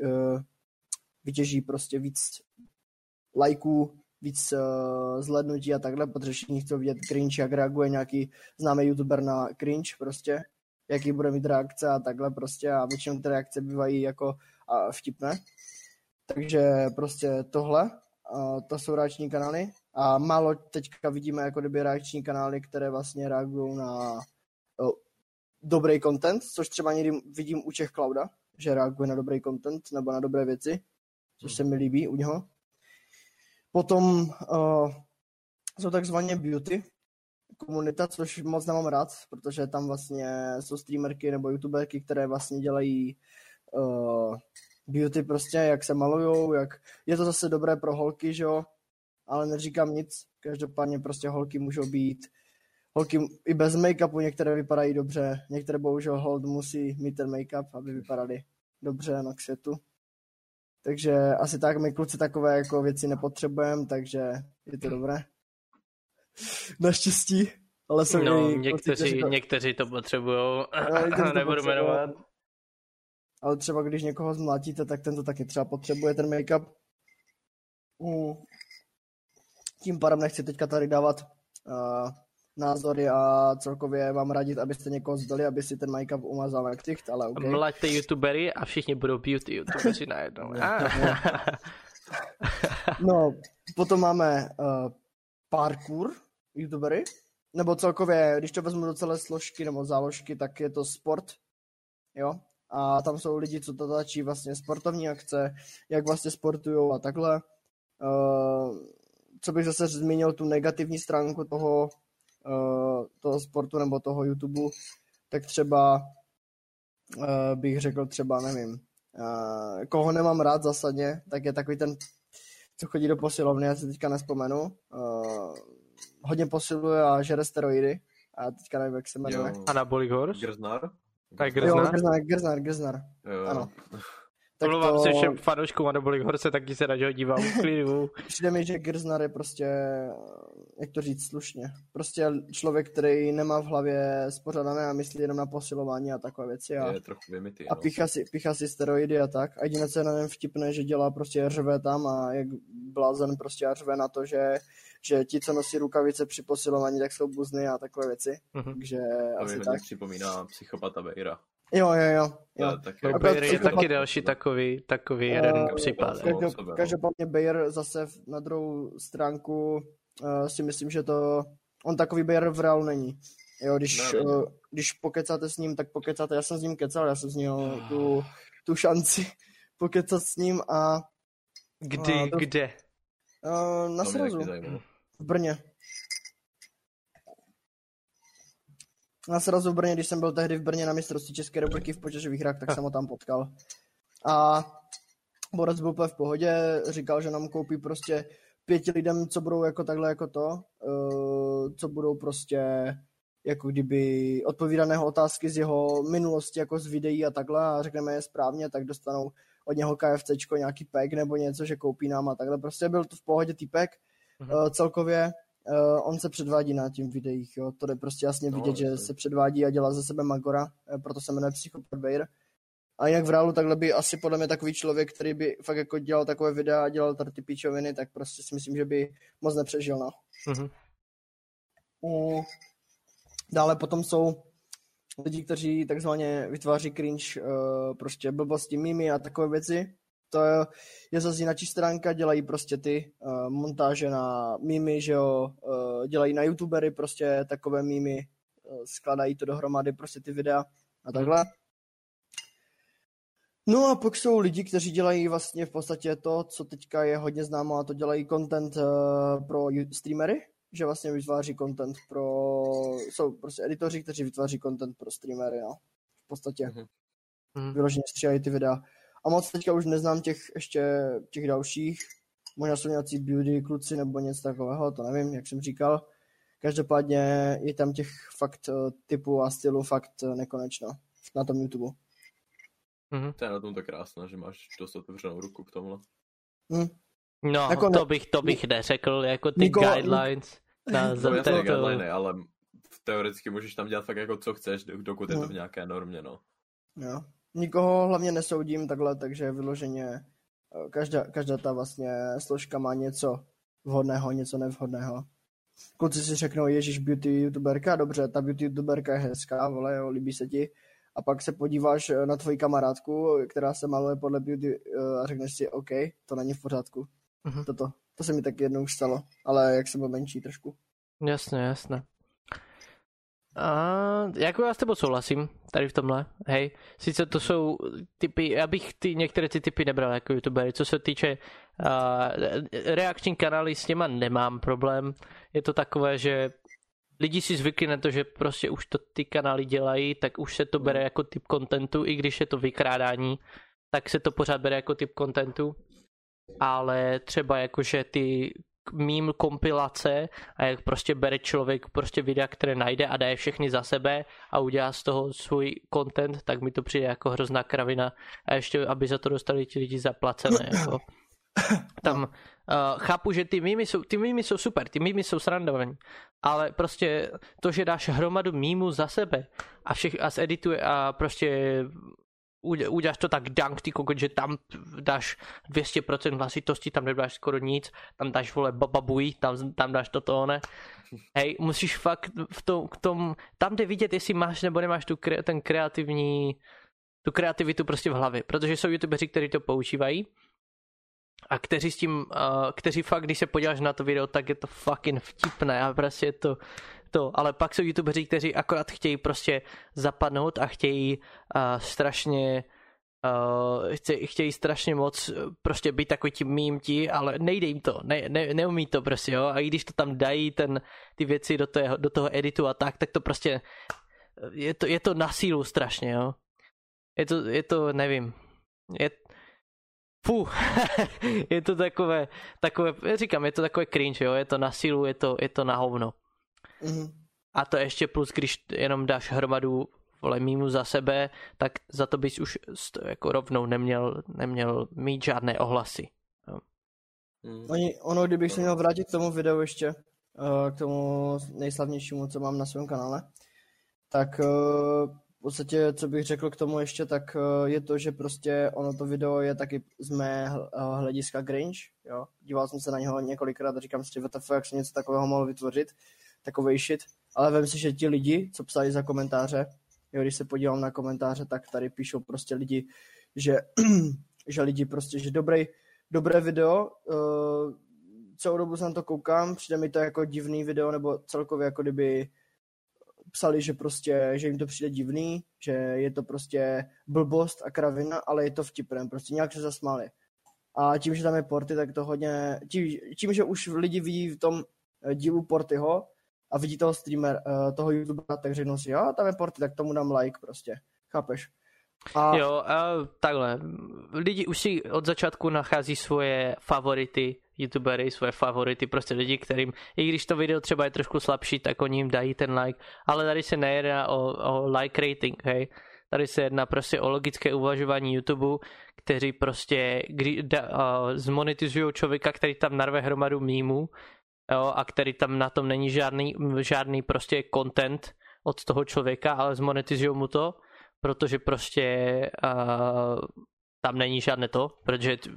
vytěží prostě víc lajků, víc uh, zhlédnutí a takhle, protože všichni chcou vidět cringe, jak reaguje nějaký známý youtuber na cringe prostě, jaký bude mít reakce a takhle prostě a většinou ty reakce bývají jako uh, vtipné. Takže prostě tohle, uh, to jsou reakční kanály a málo teďka vidíme jako kdyby reakční kanály, které vlastně reagují na uh, dobrý content, což třeba někdy vidím u Czech Clouda, že reaguje na dobrý content nebo na dobré věci, což se mi líbí u něho. Potom uh, jsou takzvaně beauty komunita, což moc nemám rád, protože tam vlastně jsou streamerky nebo youtuberky, které vlastně dělají uh, beauty prostě, jak se malujou, jak je to zase dobré pro holky, že jo, ale neříkám nic, každopádně prostě holky můžou být, holky i bez make-upu, některé vypadají dobře, některé bohužel hold musí mít ten make-up, aby vypadaly dobře na světu. Takže asi tak, my kluci takové jako věci nepotřebujeme, takže je to dobré. Naštěstí. Ale jsou no, někteří, kluci, to... někteří to potřebujou, no, nebudu jmenovat. Ale třeba když někoho zmlátíte, tak ten to taky třeba potřebuje, ten make-up. Mm. Tím pádem nechci teďka tady dávat uh, názory a celkově vám radit, abyste někoho zdali, aby si ten make-up umazal na ksicht, ale OK. Mlaďte youtubery a všichni budou beauty youtubeři najednou. No, potom máme uh, parkour youtubery, nebo celkově, když to vezmu do celé složky nebo záložky, tak je to sport, jo. A tam jsou lidi, co to tačí vlastně sportovní akce, jak vlastně sportujou a takhle. Uh, co bych zase zmínil tu negativní stránku toho uh, toho sportu nebo toho YouTube, tak třeba uh, bych řekl třeba, nevím, uh, koho nemám rád zásadně, tak je takový ten, co chodí do posilovny, já si teďka nespomenu, uh, hodně posiluje a žere steroidy, a teďka nevím, jak se jmenuje. Anabolic Horse? Grznár? Tak Grznár? Jo, Grznár, Grznár, Grznár, ano. Mluvám se všem fanouškům Anabolic Horse, taky se na něho dívám. Přijde mi, že Grznár je prostě, jak to říct slušně, prostě člověk, který nemá v hlavě spořádané a myslí jenom na posilování a takové věci. A, je trochu vymitý, a píchá, si, píchá si steroidy a tak. A jediné, co je na něm vtipné, že dělá prostě řve tam a jak blázen prostě a řve na to, že, že ti, co nosí rukavice při posilování, tak jsou buzny a takové věci. Mm-hmm. Takže to asi mi tak. připomíná psychopata Bejra. Jo, jo, jo. jo. No, Bayer je taky další takový, takový uh, jeden případ. Každopádně Bayer zase na druhou stránku uh, si myslím, že to on takový Bayer v reálu není. Jo, když, ne, uh, když pokecáte s ním, tak pokecáte, já jsem s ním kecal, já jsem z něho tu, tu šanci pokecat s ním a... Kdy, uh, to, kde? Uh, na Srazu, v Brně. Na Srazu v Brně, když jsem byl tehdy v Brně na mistrovství České republiky v počažových hrách, tak jsem ho tam potkal. A borec byl v pohodě, říkal, že nám koupí prostě pěti lidem, co budou jako takhle jako to, uh, co budou prostě jako kdyby odpovídaného otázky z jeho minulosti, jako z videí a takhle a řekneme je správně, tak dostanou od něho KFCčko nějaký pack nebo něco, že koupí nám a takhle. Prostě byl to v pohodě týpek mm-hmm. uh, celkově. Uh, on se předvádí na tím videích, jo. To je prostě jasně vidět, no, že se předvádí a dělá ze sebe magora, proto se jmenuje Psychopat Bayer. A jak v reálu, takhle by asi podle mě takový člověk, který by fakt jako dělal takové videa a dělal tady ty píčoviny, tak prostě si myslím, že by moc nepřežil, no. Mm-hmm. Uh, dále potom jsou lidi, kteří takzvaně vytváří cringe, uh, prostě blbosti, mimy a takové věci. To je zase jináčí stránka, dělají prostě ty uh, montáže na mimy, že jo, uh, dělají na youtubery prostě takové mimy, uh, skladají to dohromady, prostě ty videa a takhle. No a pak jsou lidi, kteří dělají vlastně v podstatě to, co teďka je hodně známo, a to dělají content uh, pro streamery, že vlastně vytváří content pro, jsou prostě editoři, kteří vytváří content pro streamery, no, v podstatě. Mm-hmm. Vyloženě stříhají ty videa. A moc teďka už neznám těch ještě těch dalších. Možná jsou nějací beauty kluci nebo něco takového, to nevím, jak jsem říkal. Každopádně je tam těch fakt typů a stylů fakt nekonečno na tom YouTube. Mm-hmm. To je na tom tak krásné, že máš dost otevřenou ruku k tomuhle. Mm. No, jako to, bych, to bych neřekl, jako ty Niko, guidelines. Na no, jasně, guideliny, ale teoreticky můžeš tam dělat fakt jako co chceš, dokud je to v nějaké normě, no. Jo. Nikoho hlavně nesoudím takhle, takže vyloženě každá, každá ta vlastně složka má něco vhodného, něco nevhodného. Kluci si řeknou, ježiš, beauty youtuberka, dobře, ta beauty youtuberka je hezká, vole, jo, líbí se ti. A pak se podíváš na tvoji kamarádku, která se maluje podle beauty a řekneš si, OK, to není v pořádku. Mm-hmm. Toto, to se mi taky jednou už stalo, ale jak jsem byl menší trošku. Jasně, jasně. A jako já s tebou souhlasím tady v tomhle, hej, sice to jsou typy, já bych ty, některé ty typy nebral jako youtubery, co se týče uh, reakční kanály, s těma nemám problém, je to takové, že lidi si zvykli na to, že prostě už to ty kanály dělají, tak už se to bere jako typ contentu, i když je to vykrádání, tak se to pořád bere jako typ contentu, ale třeba jakože ty mím kompilace a jak prostě bere člověk prostě videa, které najde a dá je všechny za sebe a udělá z toho svůj content, tak mi to přijde jako hrozná kravina a ještě, aby za to dostali ti lidi zaplacené. Jako. Tam uh, chápu, že ty mýmy jsou, ty mýmy jsou super, ty mýmy jsou srandovaní, ale prostě to, že dáš hromadu mýmů za sebe a, všech, a zedituje a prostě uděláš to tak dank, ty kokot, že tam dáš dvě stě procent hlasitosti, tam nedáš skoro nic, tam dáš, vole, bababuj, tam, tam dáš toto, ne. Hej, musíš fakt v tom, k tom, tam jde vidět, jestli máš nebo nemáš tu, ten kreativní, tu kreativitu prostě v hlavě, protože jsou youtubeři, kteří to používají a kteří s tím, uh, kteří fakt, když se podíváš na to video, tak je to fucking vtipné a prostě je to to, ale pak jsou youtubeři, kteří akorát chtějí prostě zapadnout a chtějí uh, strašně Uh, chce, chtějí strašně moc prostě být takový ti mýmti, ale nejde jim to, ne, ne, neumí to prostě, jo, a i když to tam dají ten, ty věci do toho, do toho editu a tak, tak to prostě je to, je to na sílu strašně, jo. Je to, je to, nevím, je, fuh, je to takové, takové, říkám, je to takové cringe, jo, je to na sílu, je to, je to na hovno. Mm. A to ještě plus, když jenom dáš hromadu vole mýmu za sebe, tak za to bys už jako rovnou neměl, neměl mít žádné ohlasy. Jo. Mm. Oni, ono, kdybych se měl vrátit k tomu videu ještě, k tomu nejslavnějšímu, co mám na svém kanále, tak v podstatě, co bych řekl k tomu ještě, tak je to, že prostě ono to video je taky z mé hlediska cringe, jo. Díval jsem se na něho několikrát a říkám si, W T F, jak jsem něco takového mohl vytvořit, takovej shit, ale vem si, že ti lidi, co psali za komentáře, jo, když se podívám na komentáře, tak tady píšou prostě lidi, že, že lidi prostě, že dobrý, dobré video, uh, celou dobu se na to koukám, přijde mi to jako divný video, nebo celkově jako kdyby psali, že prostě, že jim to přijde divný, že je to prostě blbost a kravina, ale je to vtipné, prostě nějak se zasmáli. A tím, že tam je Porty, tak to hodně, tím, tím že už lidi vidí v tom dílu Portyho a vidí toho streamer, toho youtubera, tak řeknou si, jo, tam je Porty, tak tomu dám like prostě, chápeš? A... Jo, a takhle, lidi už si od začátku nachází svoje favority, youtubery, svoje favority, prostě lidi, kterým, i když to video třeba je trošku slabší, tak oni jim dají ten like, ale tady se nejedná o, o like rating, hej, tady se jedná prostě o logické uvažování YouTube, kteří prostě kdy, da, uh, zmonetizují člověka, který tam narve hromadu mýmů, jo, a který tam na tom není žádný, žádný prostě content od toho člověka, ale zmonetizují mu to, protože prostě uh, tam není žádné to, protože t-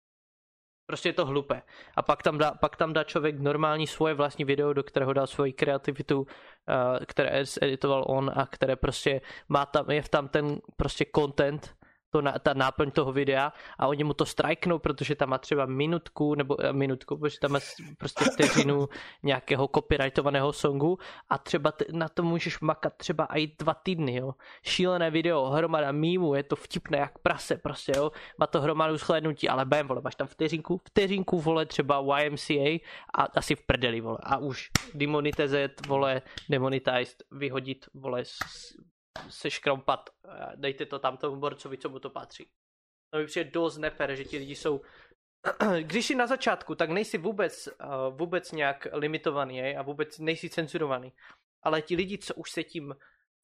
prostě je to hlupé. A pak tam dá, pak tam dá člověk normální svoje vlastní video, do kterého dá svoji kreativitu, uh, které editoval on a které prostě má tam, je tam ten prostě content, to na, ta náplň toho videa a oni mu to strajknou, protože tam má třeba minutku, nebo minutku, protože tam má prostě vteřinu nějakého copyrightovaného songu a třeba t- na to můžeš makat třeba i dva týdny, jo. Šílené video, hromada mýmů, je to vtipné jak prase, prostě, jo. Má to hromadu shlédnutí, ale bam, vole, máš tam vteřinku, vteřinku, vole, třeba Y M C A a asi v prdeli, vole, a už demonetized, vole, demonetized, vyhodit, vole, s, se škrompat, dejte to tam tomu borcovi, co mu to patří. To mi přijde dost nefér, že ti lidi jsou, když jsi na začátku, tak nejsi vůbec, vůbec nějak limitovaný, je? A vůbec nejsi cenzurovaný. Ale ti lidi, co už se tím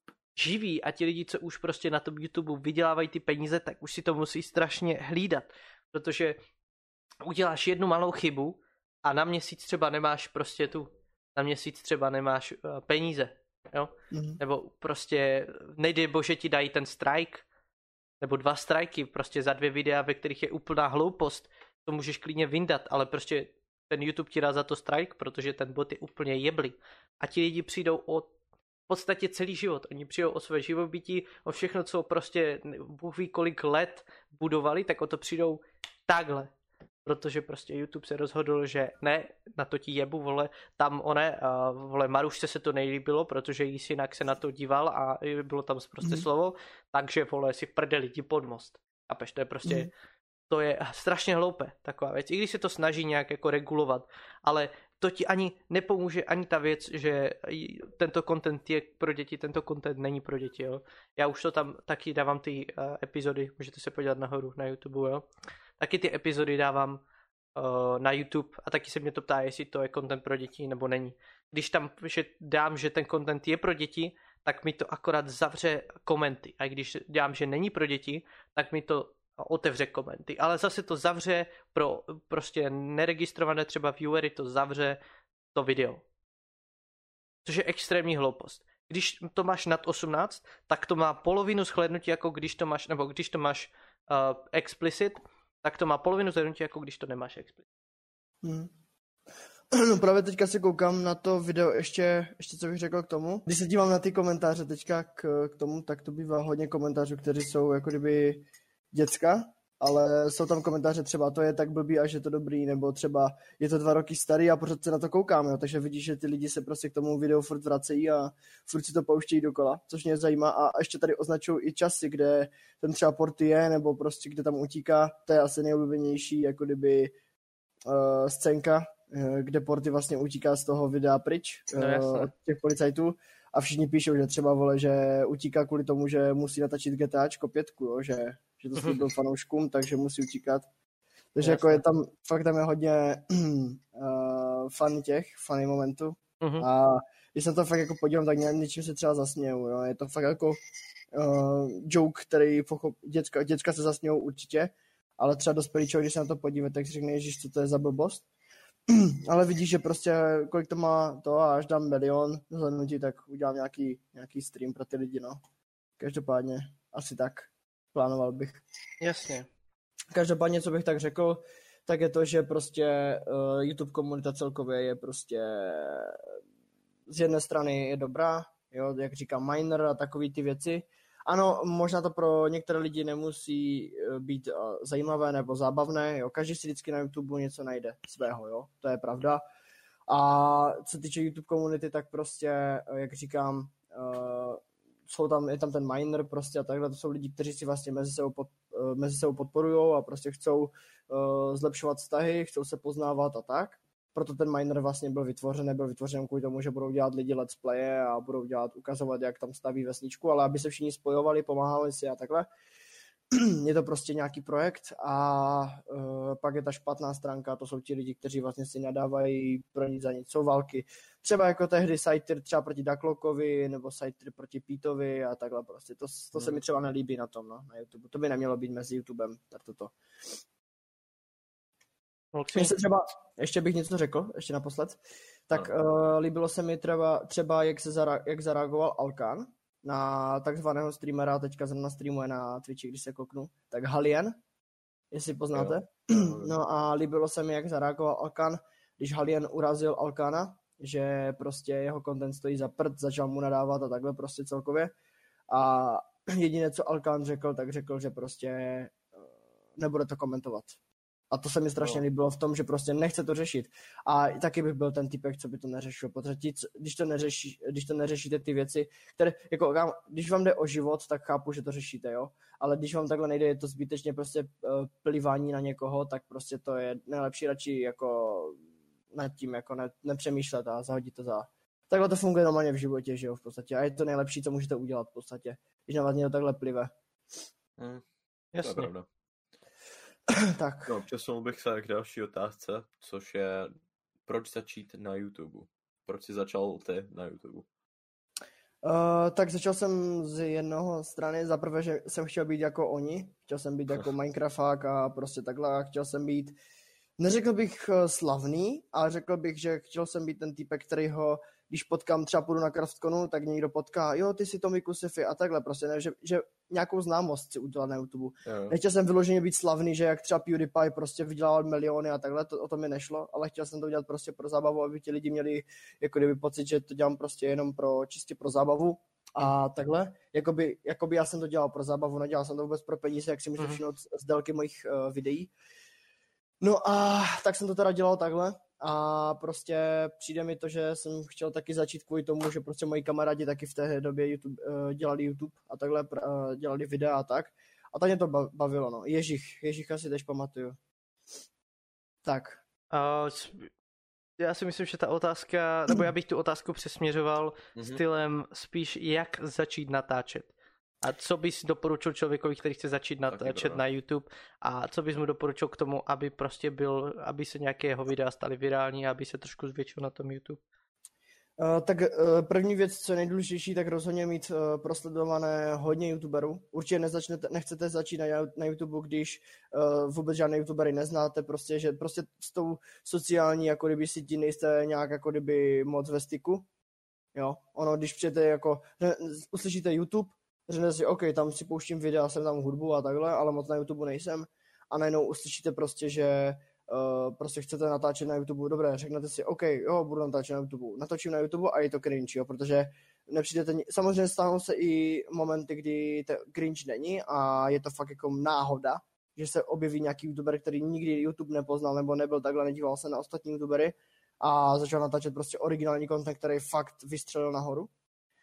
živí a ti lidi, co už prostě na tom YouTube vydělávají ty peníze, tak už si to musí strašně hlídat, protože uděláš jednu malou chybu a na měsíc třeba nemáš prostě tu, na měsíc třeba nemáš peníze. Jo? Mm-hmm. Nebo prostě nejde bože ti dají ten strike nebo dva strajky prostě za dvě videa, ve kterých je úplná hloupost, to můžeš klidně vyndat, ale prostě ten YouTube ti dá za to strike, protože ten bot je úplně jeblý a ti lidi přijdou o v podstatě celý život, oni přijdou o své živobytí, o všechno, co prostě Bůh ví kolik let budovali, tak o to přijdou takhle. Protože prostě YouTube se rozhodl, že ne, na to ti jebu, vole, tam one, uh, vole, Marušce se to nejlíbilo, protože jí synak se na to díval a bylo tam prostě mm. slovo, takže, vole, si v prdeli jdi pod most. Chápeš, to je prostě, mm. to je strašně hloupé, taková věc, i když se to snaží nějak jako regulovat, ale to ti ani nepomůže, ani ta věc, že tento content je pro děti, tento content není pro děti, jo. Já už to tam taky dávám ty uh, epizody, můžete se podívat nahoru na YouTube, jo. Taky ty epizody dávám uh, na YouTube a taky se mě to ptá, jestli to je content pro děti nebo není. Když tam že dám, že ten content je pro děti, tak mi to akorát zavře komenty. A když dám, že není pro děti, tak mi to otevře komenty. Ale zase to zavře pro prostě neregistrované třeba viewery, to zavře to video. Což je extrémní hloupost. Když to máš nad osmnáct, tak to má polovinu shlédnutí, jako když to máš, nebo když to máš uh, explicit, tak to má polovinu zhrnutí, jako když to nemáš explicit. Hmm. No právě teďka se koukám na to video, ještě, ještě co bych řekl k tomu. Když se dívám na ty komentáře teďka k, k tomu, tak to bývá hodně komentářů, kteří jsou jako kdyby děcka, ale jsou tam komentáře třeba to je tak blbý a že to dobrý, nebo třeba je to dva roky starý a pořád se na to koukám, jo, takže vidíš, že ty lidi se prostě k tomu videu furt vracejí a furt si to pouštějí dokola, což mě zajímá a ještě tady označují i časy, kde ten třeba port je, nebo prostě kde tam utíká, to je asi nejoblíbenější, jako kdyby uh, scénka, uh, kde porty vlastně utíká z toho videa pryč uh, od těch policajtů. A všichni píšou, že třeba vole, že utíká kvůli tomu, že musí natačit GTAčko pětku, jo, že, že to slíbil fanouškům, takže musí utíkat. Takže jako je tam, fakt tam je hodně uh, fan těch, funny momentů. Uh-huh. A když se to fakt jako podívám, tak něčím se třeba zasměju, jo. Je to fakt jako uh, joke, který pochop, děcka, děcka se zasmějou určitě, ale třeba dospělý člověk, když se na to podívá, tak si řekne, ježiš, co to je za blbost. Ale vidíš, že prostě kolik to má to a až dám milion zhlednutí, tak udělám nějaký, nějaký stream pro ty lidi, no. Každopádně asi tak plánoval bych. Jasně. Každopádně, co bych tak řekl, tak je to, že prostě uh, YouTube komunita celkově je prostě z jedné strany je dobrá, jo, jak říkám miner a takový ty věci. Ano, možná to pro některé lidi nemusí být zajímavé nebo zábavné, jo. Každý si vždycky na YouTube něco najde svého, jo, to je pravda. A co se týče YouTube komunity, tak prostě, jak říkám, uh, jsou tam, je tam ten miner prostě a takhle, to jsou lidi, kteří si vlastně mezi sebou, pod, uh, mezi sebou podporujou a prostě chcou uh, zlepšovat vztahy, chcou se poznávat a tak. Proto ten miner vlastně byl vytvořen, nebyl vytvořen kvůli tomu, že budou dělat lidi let's playe a budou dělat, ukazovat, jak tam staví vesničku, ale aby se všichni spojovali, pomáhali si a takhle. Je to prostě nějaký projekt a uh, pak je ta špatná stránka, to jsou ti lidi, kteří vlastně si nadávají pro nic za nic, jsou války. Třeba jako tehdy Scyther třeba proti Ducklockovi nebo Scyther proti Petovi a takhle prostě. To, to se mi třeba nelíbí na tom, no, na YouTube. To by nemělo být mezi YouTubem, tak toto. Okay. Se třeba, ještě bych něco řekl, ještě naposled, tak no. uh, líbilo se mi třeba, třeba jak, se zara, jak zareagoval Alkan na takzvaného streamera, teďka zrovna streamuje na Twitchi, když se kouknu, tak Halien, jestli poznáte. No a líbilo se mi, jak zareagoval Alkan, když Halien urazil Alkana, že prostě jeho content stojí za prd, začal mu nadávat a takhle prostě celkově. A jediné, co Alkan řekl, tak řekl, že prostě nebude to komentovat. A to se mi strašně no. líbilo v tom, že prostě nechce to řešit. A taky bych byl ten typek, co by to neřešil. Protože tí, když, to neřeší, když to neřešíte ty věci, které, jako, když vám jde o život, tak chápu, že to řešíte, jo. Ale když vám takhle nejde, je to zbytečně prostě uh, plivání na někoho, tak prostě to je nejlepší radši jako nad tím, jako ne, nepřemýšlet a zahodit to za... Takhle to funguje normálně v životě, že jo, v podstatě. A je to nejlepší, co můžete udělat v podstatě, když na vás někdo takhle plive. Hmm. Jasně. To je pravda. Tak. No, přesunul bych se k další otázce, což je, proč začít na YouTube? Proč jsi začal ty na YouTube? Uh, tak začal jsem z jednoho strany, zaprvé, že jsem chtěl být jako oni, chtěl jsem být jako Minecrafták a prostě takhle, a chtěl jsem být, neřekl bych slavný, ale řekl bych, že chtěl jsem být ten týpek, který ho, když potkám, třeba půjdu na Craftconu, tak někdo potká, jo, ty si Tomiku Sci-Fi a takhle, prostě ne, že, že nějakou známost si udělat na YouTube. Jo. Nechtěl jsem vyloženě být slavný, že jak třeba PewDiePie prostě vydělal miliony a takhle, to, o to mi nešlo, ale chtěl jsem to udělat prostě pro zábavu, aby ti lidi měli jako kdyby pocit, že to dělám prostě jenom pro, čistě pro zábavu a takhle. Jakoby, jakoby já jsem to dělal pro zábavu, nedělal jsem to vůbec pro peníze, jak si můžete všimnout z délky mojich uh, videí. No a tak jsem to teda dělal takhle. A prostě přijde mi to, že jsem chtěl taky začít kvůli tomu, že prostě moji kamarádi taky v té době YouTube, uh, dělali YouTube a takhle uh, dělali videa a tak. A tak mě to bavilo, no. Ježich, Ježich asi tež pamatuju. Tak. Uh, já si myslím, že ta otázka, nebo já bych tu otázku přesměřoval mm-hmm. stylem spíš jak začít natáčet. A co bys doporučil člověkovi, který chce začít natáčet na YouTube, a co bys mu doporučil k tomu, aby prostě byl, aby se nějaké jeho videa staly virální a aby se trošku zvětšil na tom YouTube? Uh, tak uh, první věc, co je nejdůležitější, tak rozhodně mít uh, prosledované hodně YouTuberů. Určitě nezačnete, nechcete začít na, na YouTube, když uh, vůbec žádné YouTubery neznáte, prostě, že prostě s tou sociální, jako kdyby sítí nejste nějak jako kdyby moc ve styku. Jo, ono, když přijete jako, uslyšíte YouTube, řeknete si, OK, tam si pouštím videa, jsem tam hudbu a takhle, ale moc na YouTube nejsem. A najednou uslyšíte prostě, že uh, prostě chcete natáčet na YouTube, dobré, řeknete si, OK, jo, budu natáčet na YouTube. Natočím na YouTube a je to cringe, jo, protože nepřijdete, samozřejmě stáhnou se i momenty, kdy to cringe není a je to fakt jako náhoda, že se objeví nějaký youtuber, který nikdy YouTube nepoznal nebo nebyl takhle, nedíval se na ostatní youtubery a začal natáčet prostě originální content, který fakt vystřelil nahoru.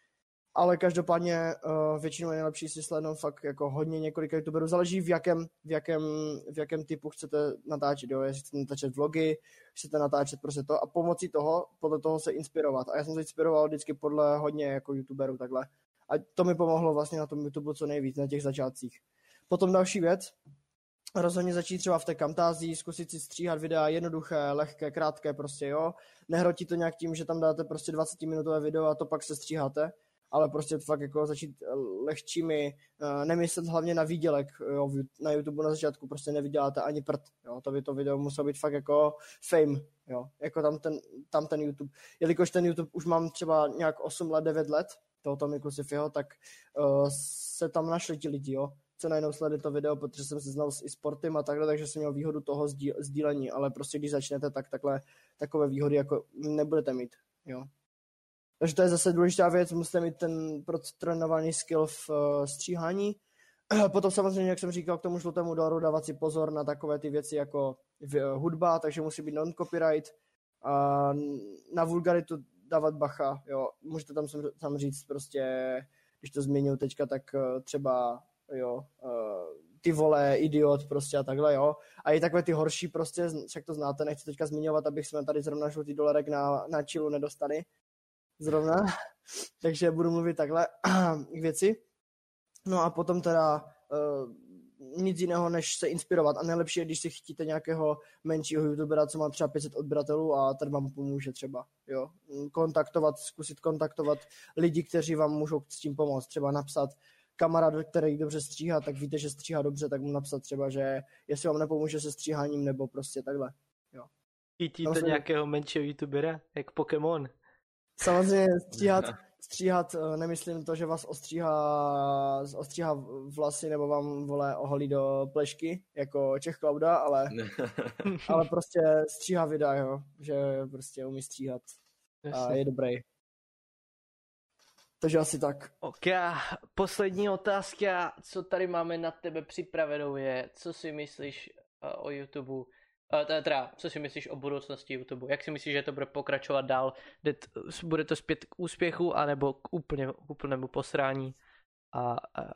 Ale každopádně uh, většinou je nejlepší si slednout fakt jako hodně několika youtuberů. Záleží v jakém, v jakém, v jakém typu chcete natáčet, jo? Jestli chcete natáčet vlogy, chcete natáčet prostě to a pomocí toho, podle toho se inspirovat. A já jsem se inspiroval vždycky podle hodně jako youtuberů takhle. A to mi pomohlo vlastně na tom YouTube co nejvíc, na těch začátcích. Potom další věc, rozhodně začít třeba v té Camtasii, zkusit si stříhat videa jednoduché, lehké, krátké prostě, jo. Nehrotí to nějak tím, že tam dáte prostě dvacetiminutové video a to pak se stříháte, ale prostě fakt jako začít lehčími, nemyslet hlavně na výdělek, jo, na YouTube na začátku prostě nevyděláte ani prd, jo, to by to video muselo být fakt jako fame, jo, jako tam ten, tam ten YouTube, jelikož ten YouTube už mám třeba nějak osm let, devět let, toho Tomiku Sifiho, tak uh, se tam našli ti lidi, jo, co najednou sleduje to video, protože jsem se znal s i sportem a takhle, takže jsem měl výhodu toho sdí, sdílení, ale prostě když začnete, tak takhle takové výhody jako nebudete mít, jo. Takže to je zase důležitá věc, musíte mít ten protrénovaný skill v uh, stříhání. Potom samozřejmě, jak jsem říkal, k tomu žlutému doru dávat si pozor na takové ty věci jako v, uh, hudba, takže musí být non-copyright. A na vulgaritu dávat bacha, jo. Můžete tam sam říct prostě, když to změňuji teďka, tak uh, třeba, jo, uh, ty vole, idiot prostě a takhle, jo. A i takové ty horší prostě, však to znáte, nechci teďka zmiňovat, abych jsme tady zrovna žlutý dolarek na, na čilu nedostali. Zrovna, takže budu mluvit takhle k věci. No a potom teda uh, nic jiného, než se inspirovat. A nejlepší je, když si chytíte nějakého menšího youtubera, co má třeba pět set odběratelů a ten vám pomůže třeba, jo. Kontaktovat, zkusit kontaktovat lidi, kteří vám můžou s tím pomoct. Třeba napsat kamarád, který dobře stříhá, tak víte, že stříhá dobře, tak mu napsat třeba, že jestli vám nepomůže se stříháním, nebo prostě takhle, jo. Chytíte nějakého menšího youtubera, jak Pokémon. Samozřejmě stříhat, stříhat, nemyslím to, že vás ostříhá, ostříhá vlasy nebo vám, vole, oholí do plešky, jako Čech Klauda, ale, ale prostě stříhá videa, jo, že prostě umí stříhat a je dobrý. Takže asi tak. Ok, poslední otázka, co tady máme na tebe připravenou je, co si myslíš o YouTube? Teda, co si myslíš o budoucnosti YouTube? Jak si myslíš, že to bude pokračovat dál? Bude to zpět k úspěchu, anebo k úplně, úplnému posrání? A, a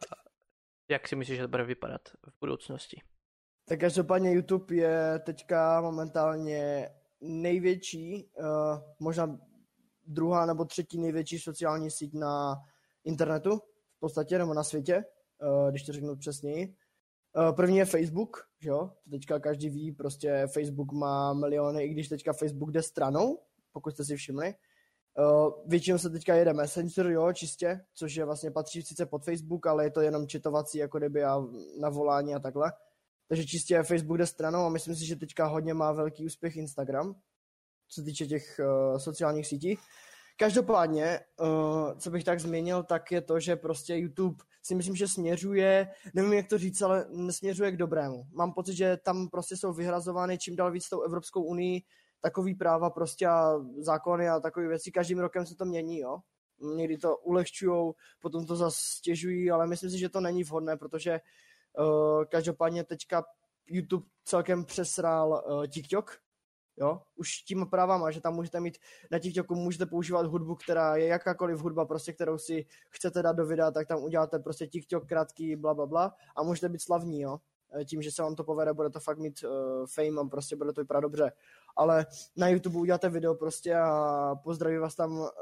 jak si myslíš, že to bude vypadat v budoucnosti? Tak každopádně YouTube je teďka momentálně největší, uh, možná druhá nebo třetí největší sociální síť na internetu, v podstatě, nebo na světě, uh, když to řeknu přesněji. První je Facebook, že jo, to teďka každý ví, prostě Facebook má miliony, i když teďka Facebook jde stranou, pokud jste si všimli. Většinou se teďka jede Messenger, jo, čistě, což je vlastně patří sice pod Facebook, ale je to jenom četovací, jako kdyby a na volání a takhle. Takže čistě Facebook jde stranou a myslím si, že teďka hodně má velký úspěch Instagram, co se týče těch uh, sociálních sítí. Každopádně, uh, co bych tak změnil, tak je to, že prostě YouTube si myslím, že směřuje, nevím jak to říct, ale nesměřuje k dobrému. Mám pocit, že tam prostě jsou vyhrazovány čím dál víc tou Evropskou unii takový práva prostě a zákony a takové věci. Každým rokem se to mění, jo. Někdy to ulehčujou, potom to zase stěžují, ale myslím si, že to není vhodné, protože uh, každopádně teďka YouTube celkem přesral uh, TikTok, jo, už tím právama, že tam můžete mít, na TikToku můžete používat hudbu, která je jakákoliv hudba, prostě kterou si chcete dát do videa, tak tam uděláte prostě TikTok krátký, bla, bla, bla a můžete být slavní, jo. Tím, že se vám to povede, bude to fakt mít uh, fame a prostě bude to vypadat dobře. Ale na YouTube uděláte video prostě a pozdraví vás tam uh,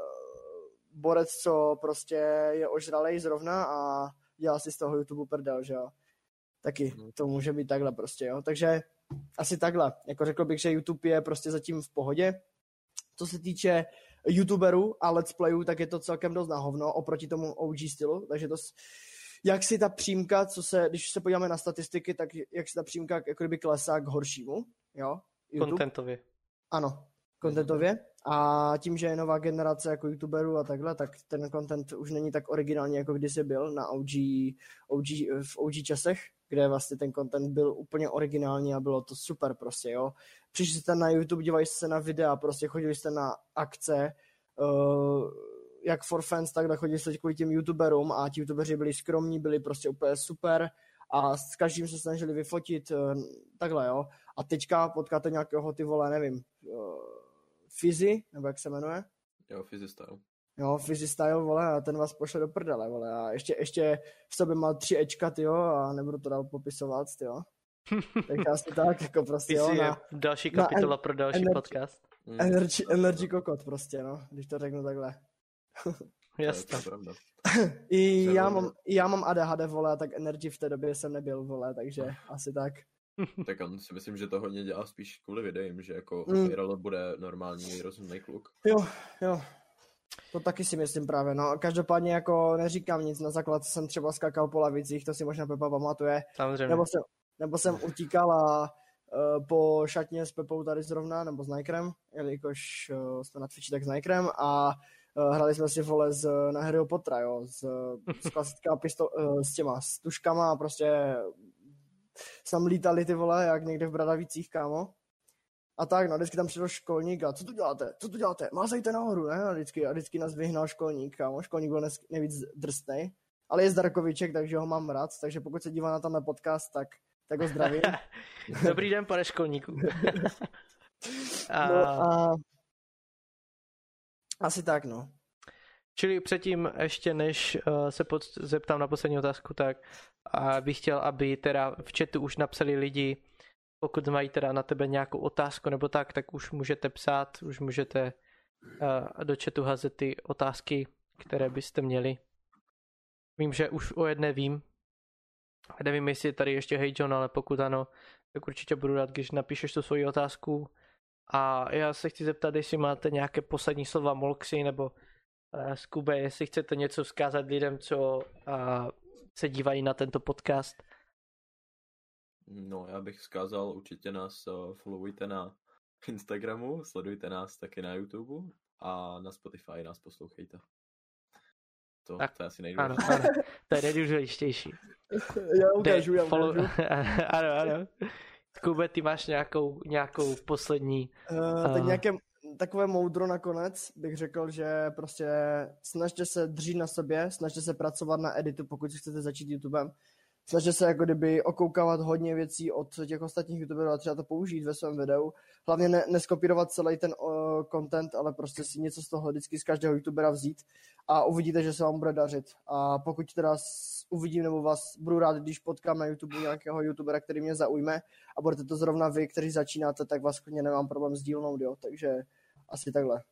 borec, co prostě je ožralej zrovna a dělá si z toho YouTube prdel, že jo. Taky to může být takhle prostě, jo. Takže asi takhle. Jako řekl bych, že YouTube je prostě zatím v pohodě. Co se týče YouTuberů a let's playů, tak je to celkem dost na hovno oproti tomu O G stylu. Takže to, jak si ta přímka, co se, když se podíváme na statistiky, tak jak si ta přímka jako kdyby klesá k horšímu, jo. Contentově. Ano, contentově. A tím, že je nová generace jako YouTuberů a takhle, tak ten content už není tak originální, jako kdysi byl na O G, O G, v O G časech, kde vlastně ten content byl úplně originální a bylo to super prostě, jo. Přišli jste na YouTube, dívali jste se na videa, prostě chodili jste na akce, uh, jak for fans, takhle chodili jste kvůli těm YouTuberům a ti YouTubeři byli skromní, byli prostě úplně super a s každým se snažili vyfotit takhle, jo. A teďka potkáte nějakého, ty vole, nevím, Fizzy, nebo jak se jmenuje? Jo, Fizzy Style. Jo, Fizzy Style, vole, a ten vás pošle do prdele, vole, a ještě, ještě v sobě má tři Ečka, tyjo, a nebudu to dál popisovat, tyjo. Tak asi tak, jako prostě, Fizzy jo. je Na, další kapitola en, pro další energy, podcast. Energy, energy kokot prostě, no, když to řeknu takhle. Jasně. I já mám, já mám A D H D, vole, tak energy v té době jsem nebyl, vole, takže asi tak. Tak on si myslím, že to hodně dělá spíš kvůli videím, že jako mm. Irl bude normální, rozumný kluk. Jo, jo. To taky si myslím právě, no. Každopádně jako neříkám nic, na základce jsem třeba skakal po lavicích, to si možná Pepa pamatuje. Samozřejmě. Nebo jsem, nebo jsem utíkal a uh, po šatně s Pepou tady zrovna, nebo s Nikrem, jelikož uh, jsme na Twitchi tak s Nikrem a uh, hrali jsme si, vole, z, na Harryho Pottera, jo, z, z klasická pistol, uh, s těma, s tuškama a prostě tam lítali ty, vole, jak někde v Bradavicích, kámo. A tak, no, vždycky tam přišel školník a co tu děláte, co tu děláte, mázejte nahoru, ne? A vždycky, a vždycky nás vyhnal školník, kámo, školník byl nejvíc drsnej, ale je Zdarkoviček, takže ho mám rád, takže pokud se dívá na tenhle podcast, tak, tak ho zdravím. Dobrý den, pane školníku. a... No a... Asi tak, no. Čili předtím, ještě než uh, se pod, zeptám na poslední otázku, tak uh, bych chtěl, aby teda v chatu už napsali lidi, pokud mají teda na tebe nějakou otázku nebo tak, tak už můžete psát, už můžete uh, do chatu házet ty otázky, které byste měli. Vím, že už o jedné vím. Nevím, jestli je tady ještě Hey John, ale pokud ano, tak určitě budu rád, když napíšeš tu svoji otázku. A já se chci zeptat, jestli máte nějaké poslední slova Molxy nebo uh, Skube, jestli chcete něco vzkázat lidem, co uh, se dívají na tento podcast. No, já bych vzkázal, určitě nás uh, followujte na Instagramu, sledujte nás taky na YouTube a na Spotify nás poslouchejte. To, tak, to je asi nejdůležitější. Ano, ano, to je nejdůležitější. Já ukážu, já follow... ukážu. Ano, ano. Skube, ty máš nějakou, nějakou poslední... Uh, uh... Tak nějaké takové moudro nakonec bych řekl, že prostě snažte se dřít na sobě, snažte se pracovat na editu, pokud chcete začít YouTubem. Snažte se jako kdyby okoukávat hodně věcí od těch ostatních youtuberů a třeba to použít ve svém videu. Hlavně ne, neskopírovat celý ten uh, content, ale prostě si něco z toho vždycky z každého youtubera vzít a uvidíte, že se vám bude dařit. A pokud teda uvidím nebo vás budu rád, když potkám na YouTube nějakého youtubera, který mě zaujme a budete to zrovna vy, kteří začínáte, tak vás klidně nemám problém sdílnout, jo. Takže asi takhle.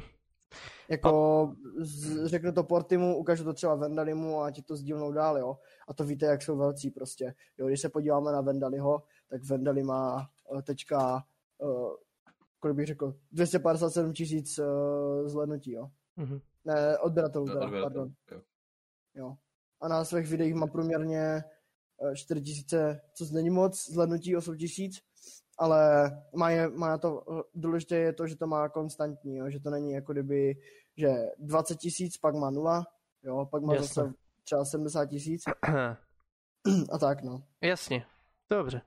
Jako z, řeknu to Portimu, ukážu to třeba Vendalimu a ti to sdílnou dál, jo. A to víte, jak jsou velcí prostě. Jo, když se podíváme na Vendaliho, tak Vendali má uh, teďka, uh, kolik bych řekl, dvě stě padesát sedm tisíc uh, zhlédnutí, jo. Mm-hmm. Ne, odběratelů teda, Odběratel, pardon. Jo. jo. A na svých videích má průměrně uh, čtyři tisíce, což není moc, zhlédnutí osm tisíc. Ale má, je, má na to, důležité je to, že to má konstantní, jo? Že to není jako kdyby, že dvacet tisíc, pak má nula, jo, pak má Jasne. Zase třeba sedmdesát tisíc a tak, no. Jasně, dobře.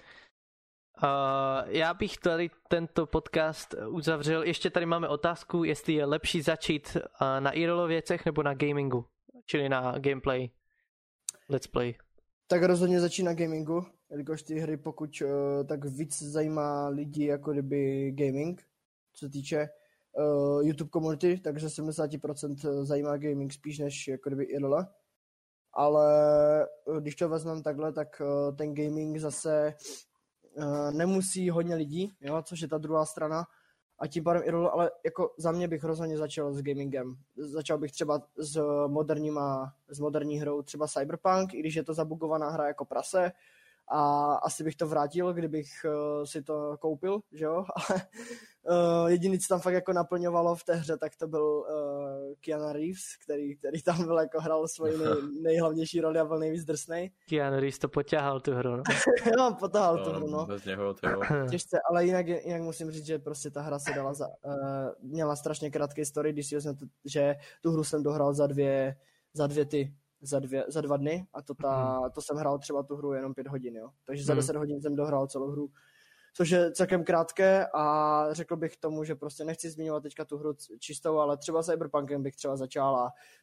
Uh, já bych tady tento podcast uzavřel, ještě tady máme otázku, jestli je lepší začít uh, na I R L věcech nebo na gamingu, čili na gameplay, let's play. Tak rozhodně začít na gamingu, jelikož ty hry, pokud uh, tak víc zajímá lidi jako kdyby gaming, co se týče uh, YouTube community, takže sedmdesát procent zajímá gaming spíš než jako kdyby I R L. Ale uh, když to vezmeme takhle, tak uh, ten gaming zase uh, nemusí hodně lidí, jo, což je ta druhá strana. A tím pádem I R L, ale jako za mě bych rozhodně začal s gamingem. Začal bych třeba s moderníma, s moderní hrou, třeba Cyberpunk, i když je to zabugovaná hra jako prase. A asi bych to vrátil, kdybych uh, si to koupil, že jo, ale uh, jediný, co tam fakt jako naplňovalo v té hře, tak to byl uh, Keanu Reeves, který, který tam byl jako hrál svoji nej, nejhlavnější roli a byl nejvíc drsnej. Keanu Reeves to potáhal tu hru, no. Jo, potáhal tu hru, no. Bez něho, tyjo. Těžce, ale jinak, jinak musím říct, že prostě ta hra se dala za, uh, měla strašně krátký story, když si vezmete, že tu hru jsem dohrál za dvě, za dvě ty, Za, dvě, za dva dny a to, ta, to jsem hrál třeba tu hru jenom pět hodin, jo. Takže za deset hodin jsem dohrál celou hru, což je celkem krátké a řekl bych tomu, že prostě nechci zmiňovat teďka tu hru čistou, ale třeba Cyberpunkem bych třeba začal a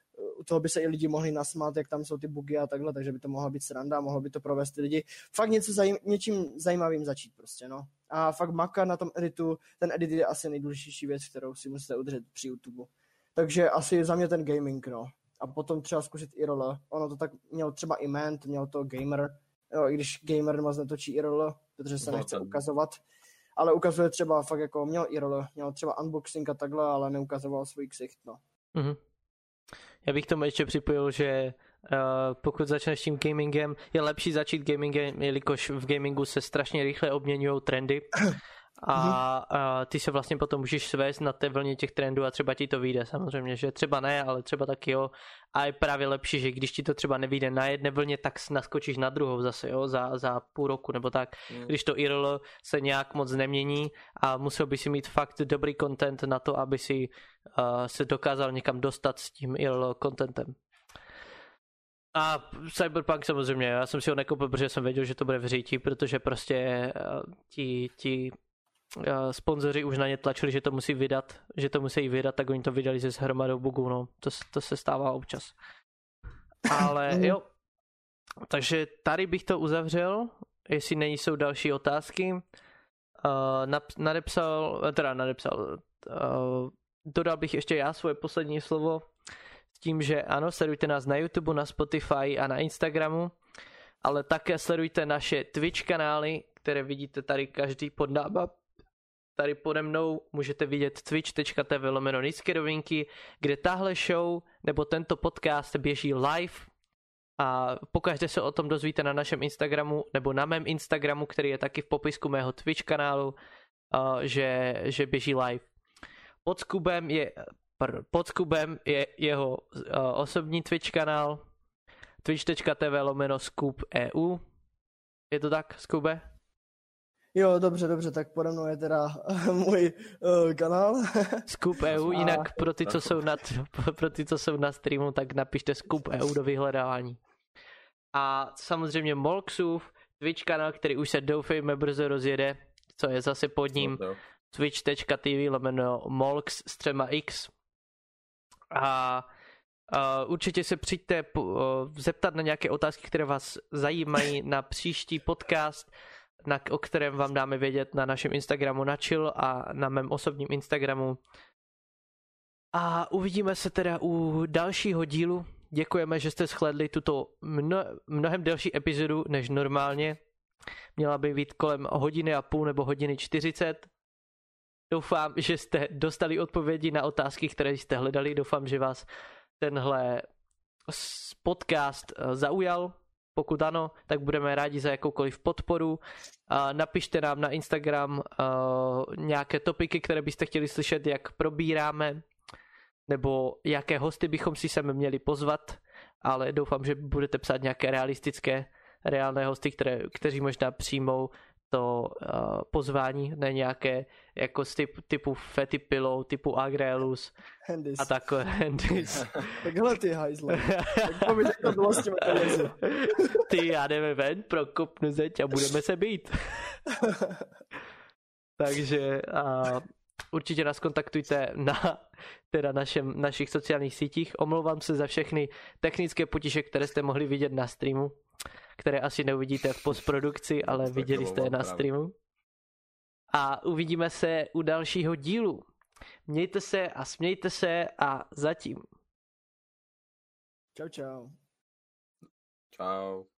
u toho by se i lidi mohli nasmát, jak tam jsou ty bugy a takhle, takže by to mohla být sranda, mohlo by to provést ty lidi. Fakt něco zajím, něčím zajímavým začít prostě, no. A fakt makat na tom editu, ten edit je asi nejdůležitější věc, kterou si musíte udržet při YouTube. Takže asi za mě ten gaming, no. A potom třeba zkusit I R L. Ono to tak mělo třeba i Ment, mělo to Gamer, jo, i když Gamer moc netočí I R L, protože se nechce ukazovat. Ale ukazuje třeba fakt jako, měl I R L, měl třeba unboxing a takhle, ale neukazoval svůj ksicht, no. Mm-hmm. Já bych tomu ještě připojil, že uh, pokud začneš tím gamingem, je lepší začít gamingem, jelikož v gamingu se strašně rychle obměňují trendy a, a ty se vlastně potom můžeš svést na té vlně těch trendů a třeba ti to vyjde samozřejmě, že třeba ne, ale třeba taky jo. A je právě lepší, že když ti to třeba nevyjde na jedné vlně, tak naskočíš na druhou zase, jo, za, za půl roku nebo tak. Mm. Když to I R L se nějak moc nemění a musel by si mít fakt dobrý content na to, aby si uh, se dokázal někam dostat s tím I R L contentem. A Cyberpunk samozřejmě, já jsem si ho nekoupil, protože jsem věděl, že to bude v řítí, protože prostě uh, ti, ti uh, sponzoři už na ně tlačili, že to musí vydat, že to musí vydat, tak oni to vydali se s hromadou bugů, no, to, to se stává občas. Ale jo, takže tady bych to uzavřel, jestli nejsou další otázky. Uh, nap, nadepsal, teda nadepsal, uh, dodal bych ještě já svoje poslední slovo, s tím, že ano, sledujte nás na YouTube, na Spotify a na Instagramu, ale také sledujte naše Twitch kanály, které vidíte tady každý pod náma. Tady pode mnou můžete vidět twitch tečka tv lomeno nízké rovinky, kde tahle show nebo tento podcast běží live a pokaždé se o tom dozvíte na našem Instagramu nebo na mém Instagramu, který je taky v popisku mého Twitch kanálu, že, že běží live. Pod Skubem je, pardon, pod Skubem je jeho osobní Twitch kanál twitch tečka tv lomeno skub tečka eu. Je to tak, Skube? Jo, dobře, dobře, tak pode mnou je teda můj uh, kanál. Skub tečka eu, jinak pro ty, co jsou na, pro ty, co jsou na streamu, tak napište Skub tečka eu do vyhledávání. A samozřejmě Molksův Twitch kanál, který už se doufejme brzo rozjede, co je zase pod ním twitch tečka tv lomeno Molks s třema x. A Uh, určitě se přijďte uh, zeptat na nějaké otázky, které vás zajímají na příští podcast, na, o kterém vám dáme vědět na našem Instagramu na chill a na mém osobním Instagramu. A uvidíme se teda u dalšího dílu. Děkujeme, že jste shlédli tuto mno, mnohem delší epizodu než normálně. Měla by být kolem hodiny a půl nebo hodiny čtyřicet. Doufám, že jste dostali odpovědi na otázky, které jste hledali. Doufám, že vás tenhle podcast zaujal. Pokud ano, tak budeme rádi za jakoukoliv podporu. Napište nám na Instagram nějaké topiky, které byste chtěli slyšet, jak probíráme, nebo jaké hosty bychom si sem měli pozvat, ale doufám, že budete psát nějaké realistické, reálné hosty, které, kteří možná přijmou to uh, pozvání, ne nějaké jako typ, typu Fetty Pillow, typu Agrelus Handys. A takové Handys. Takhle ty hajzle. Tak povíš, jak to bylo s těmi penězi. Ty, já jdeme ven, prokopnu zeď a budeme se být. Takže uh, určitě nás kontaktujte na teda našem, našich sociálních sítích. Omlouvám se za všechny technické potíže, které jste mohli vidět na streamu, které asi neuvidíte v postprodukci, ale viděli jste je na streamu. A uvidíme se u dalšího dílu. Mějte se a smějte se a zatím. Čau, čau. Čau.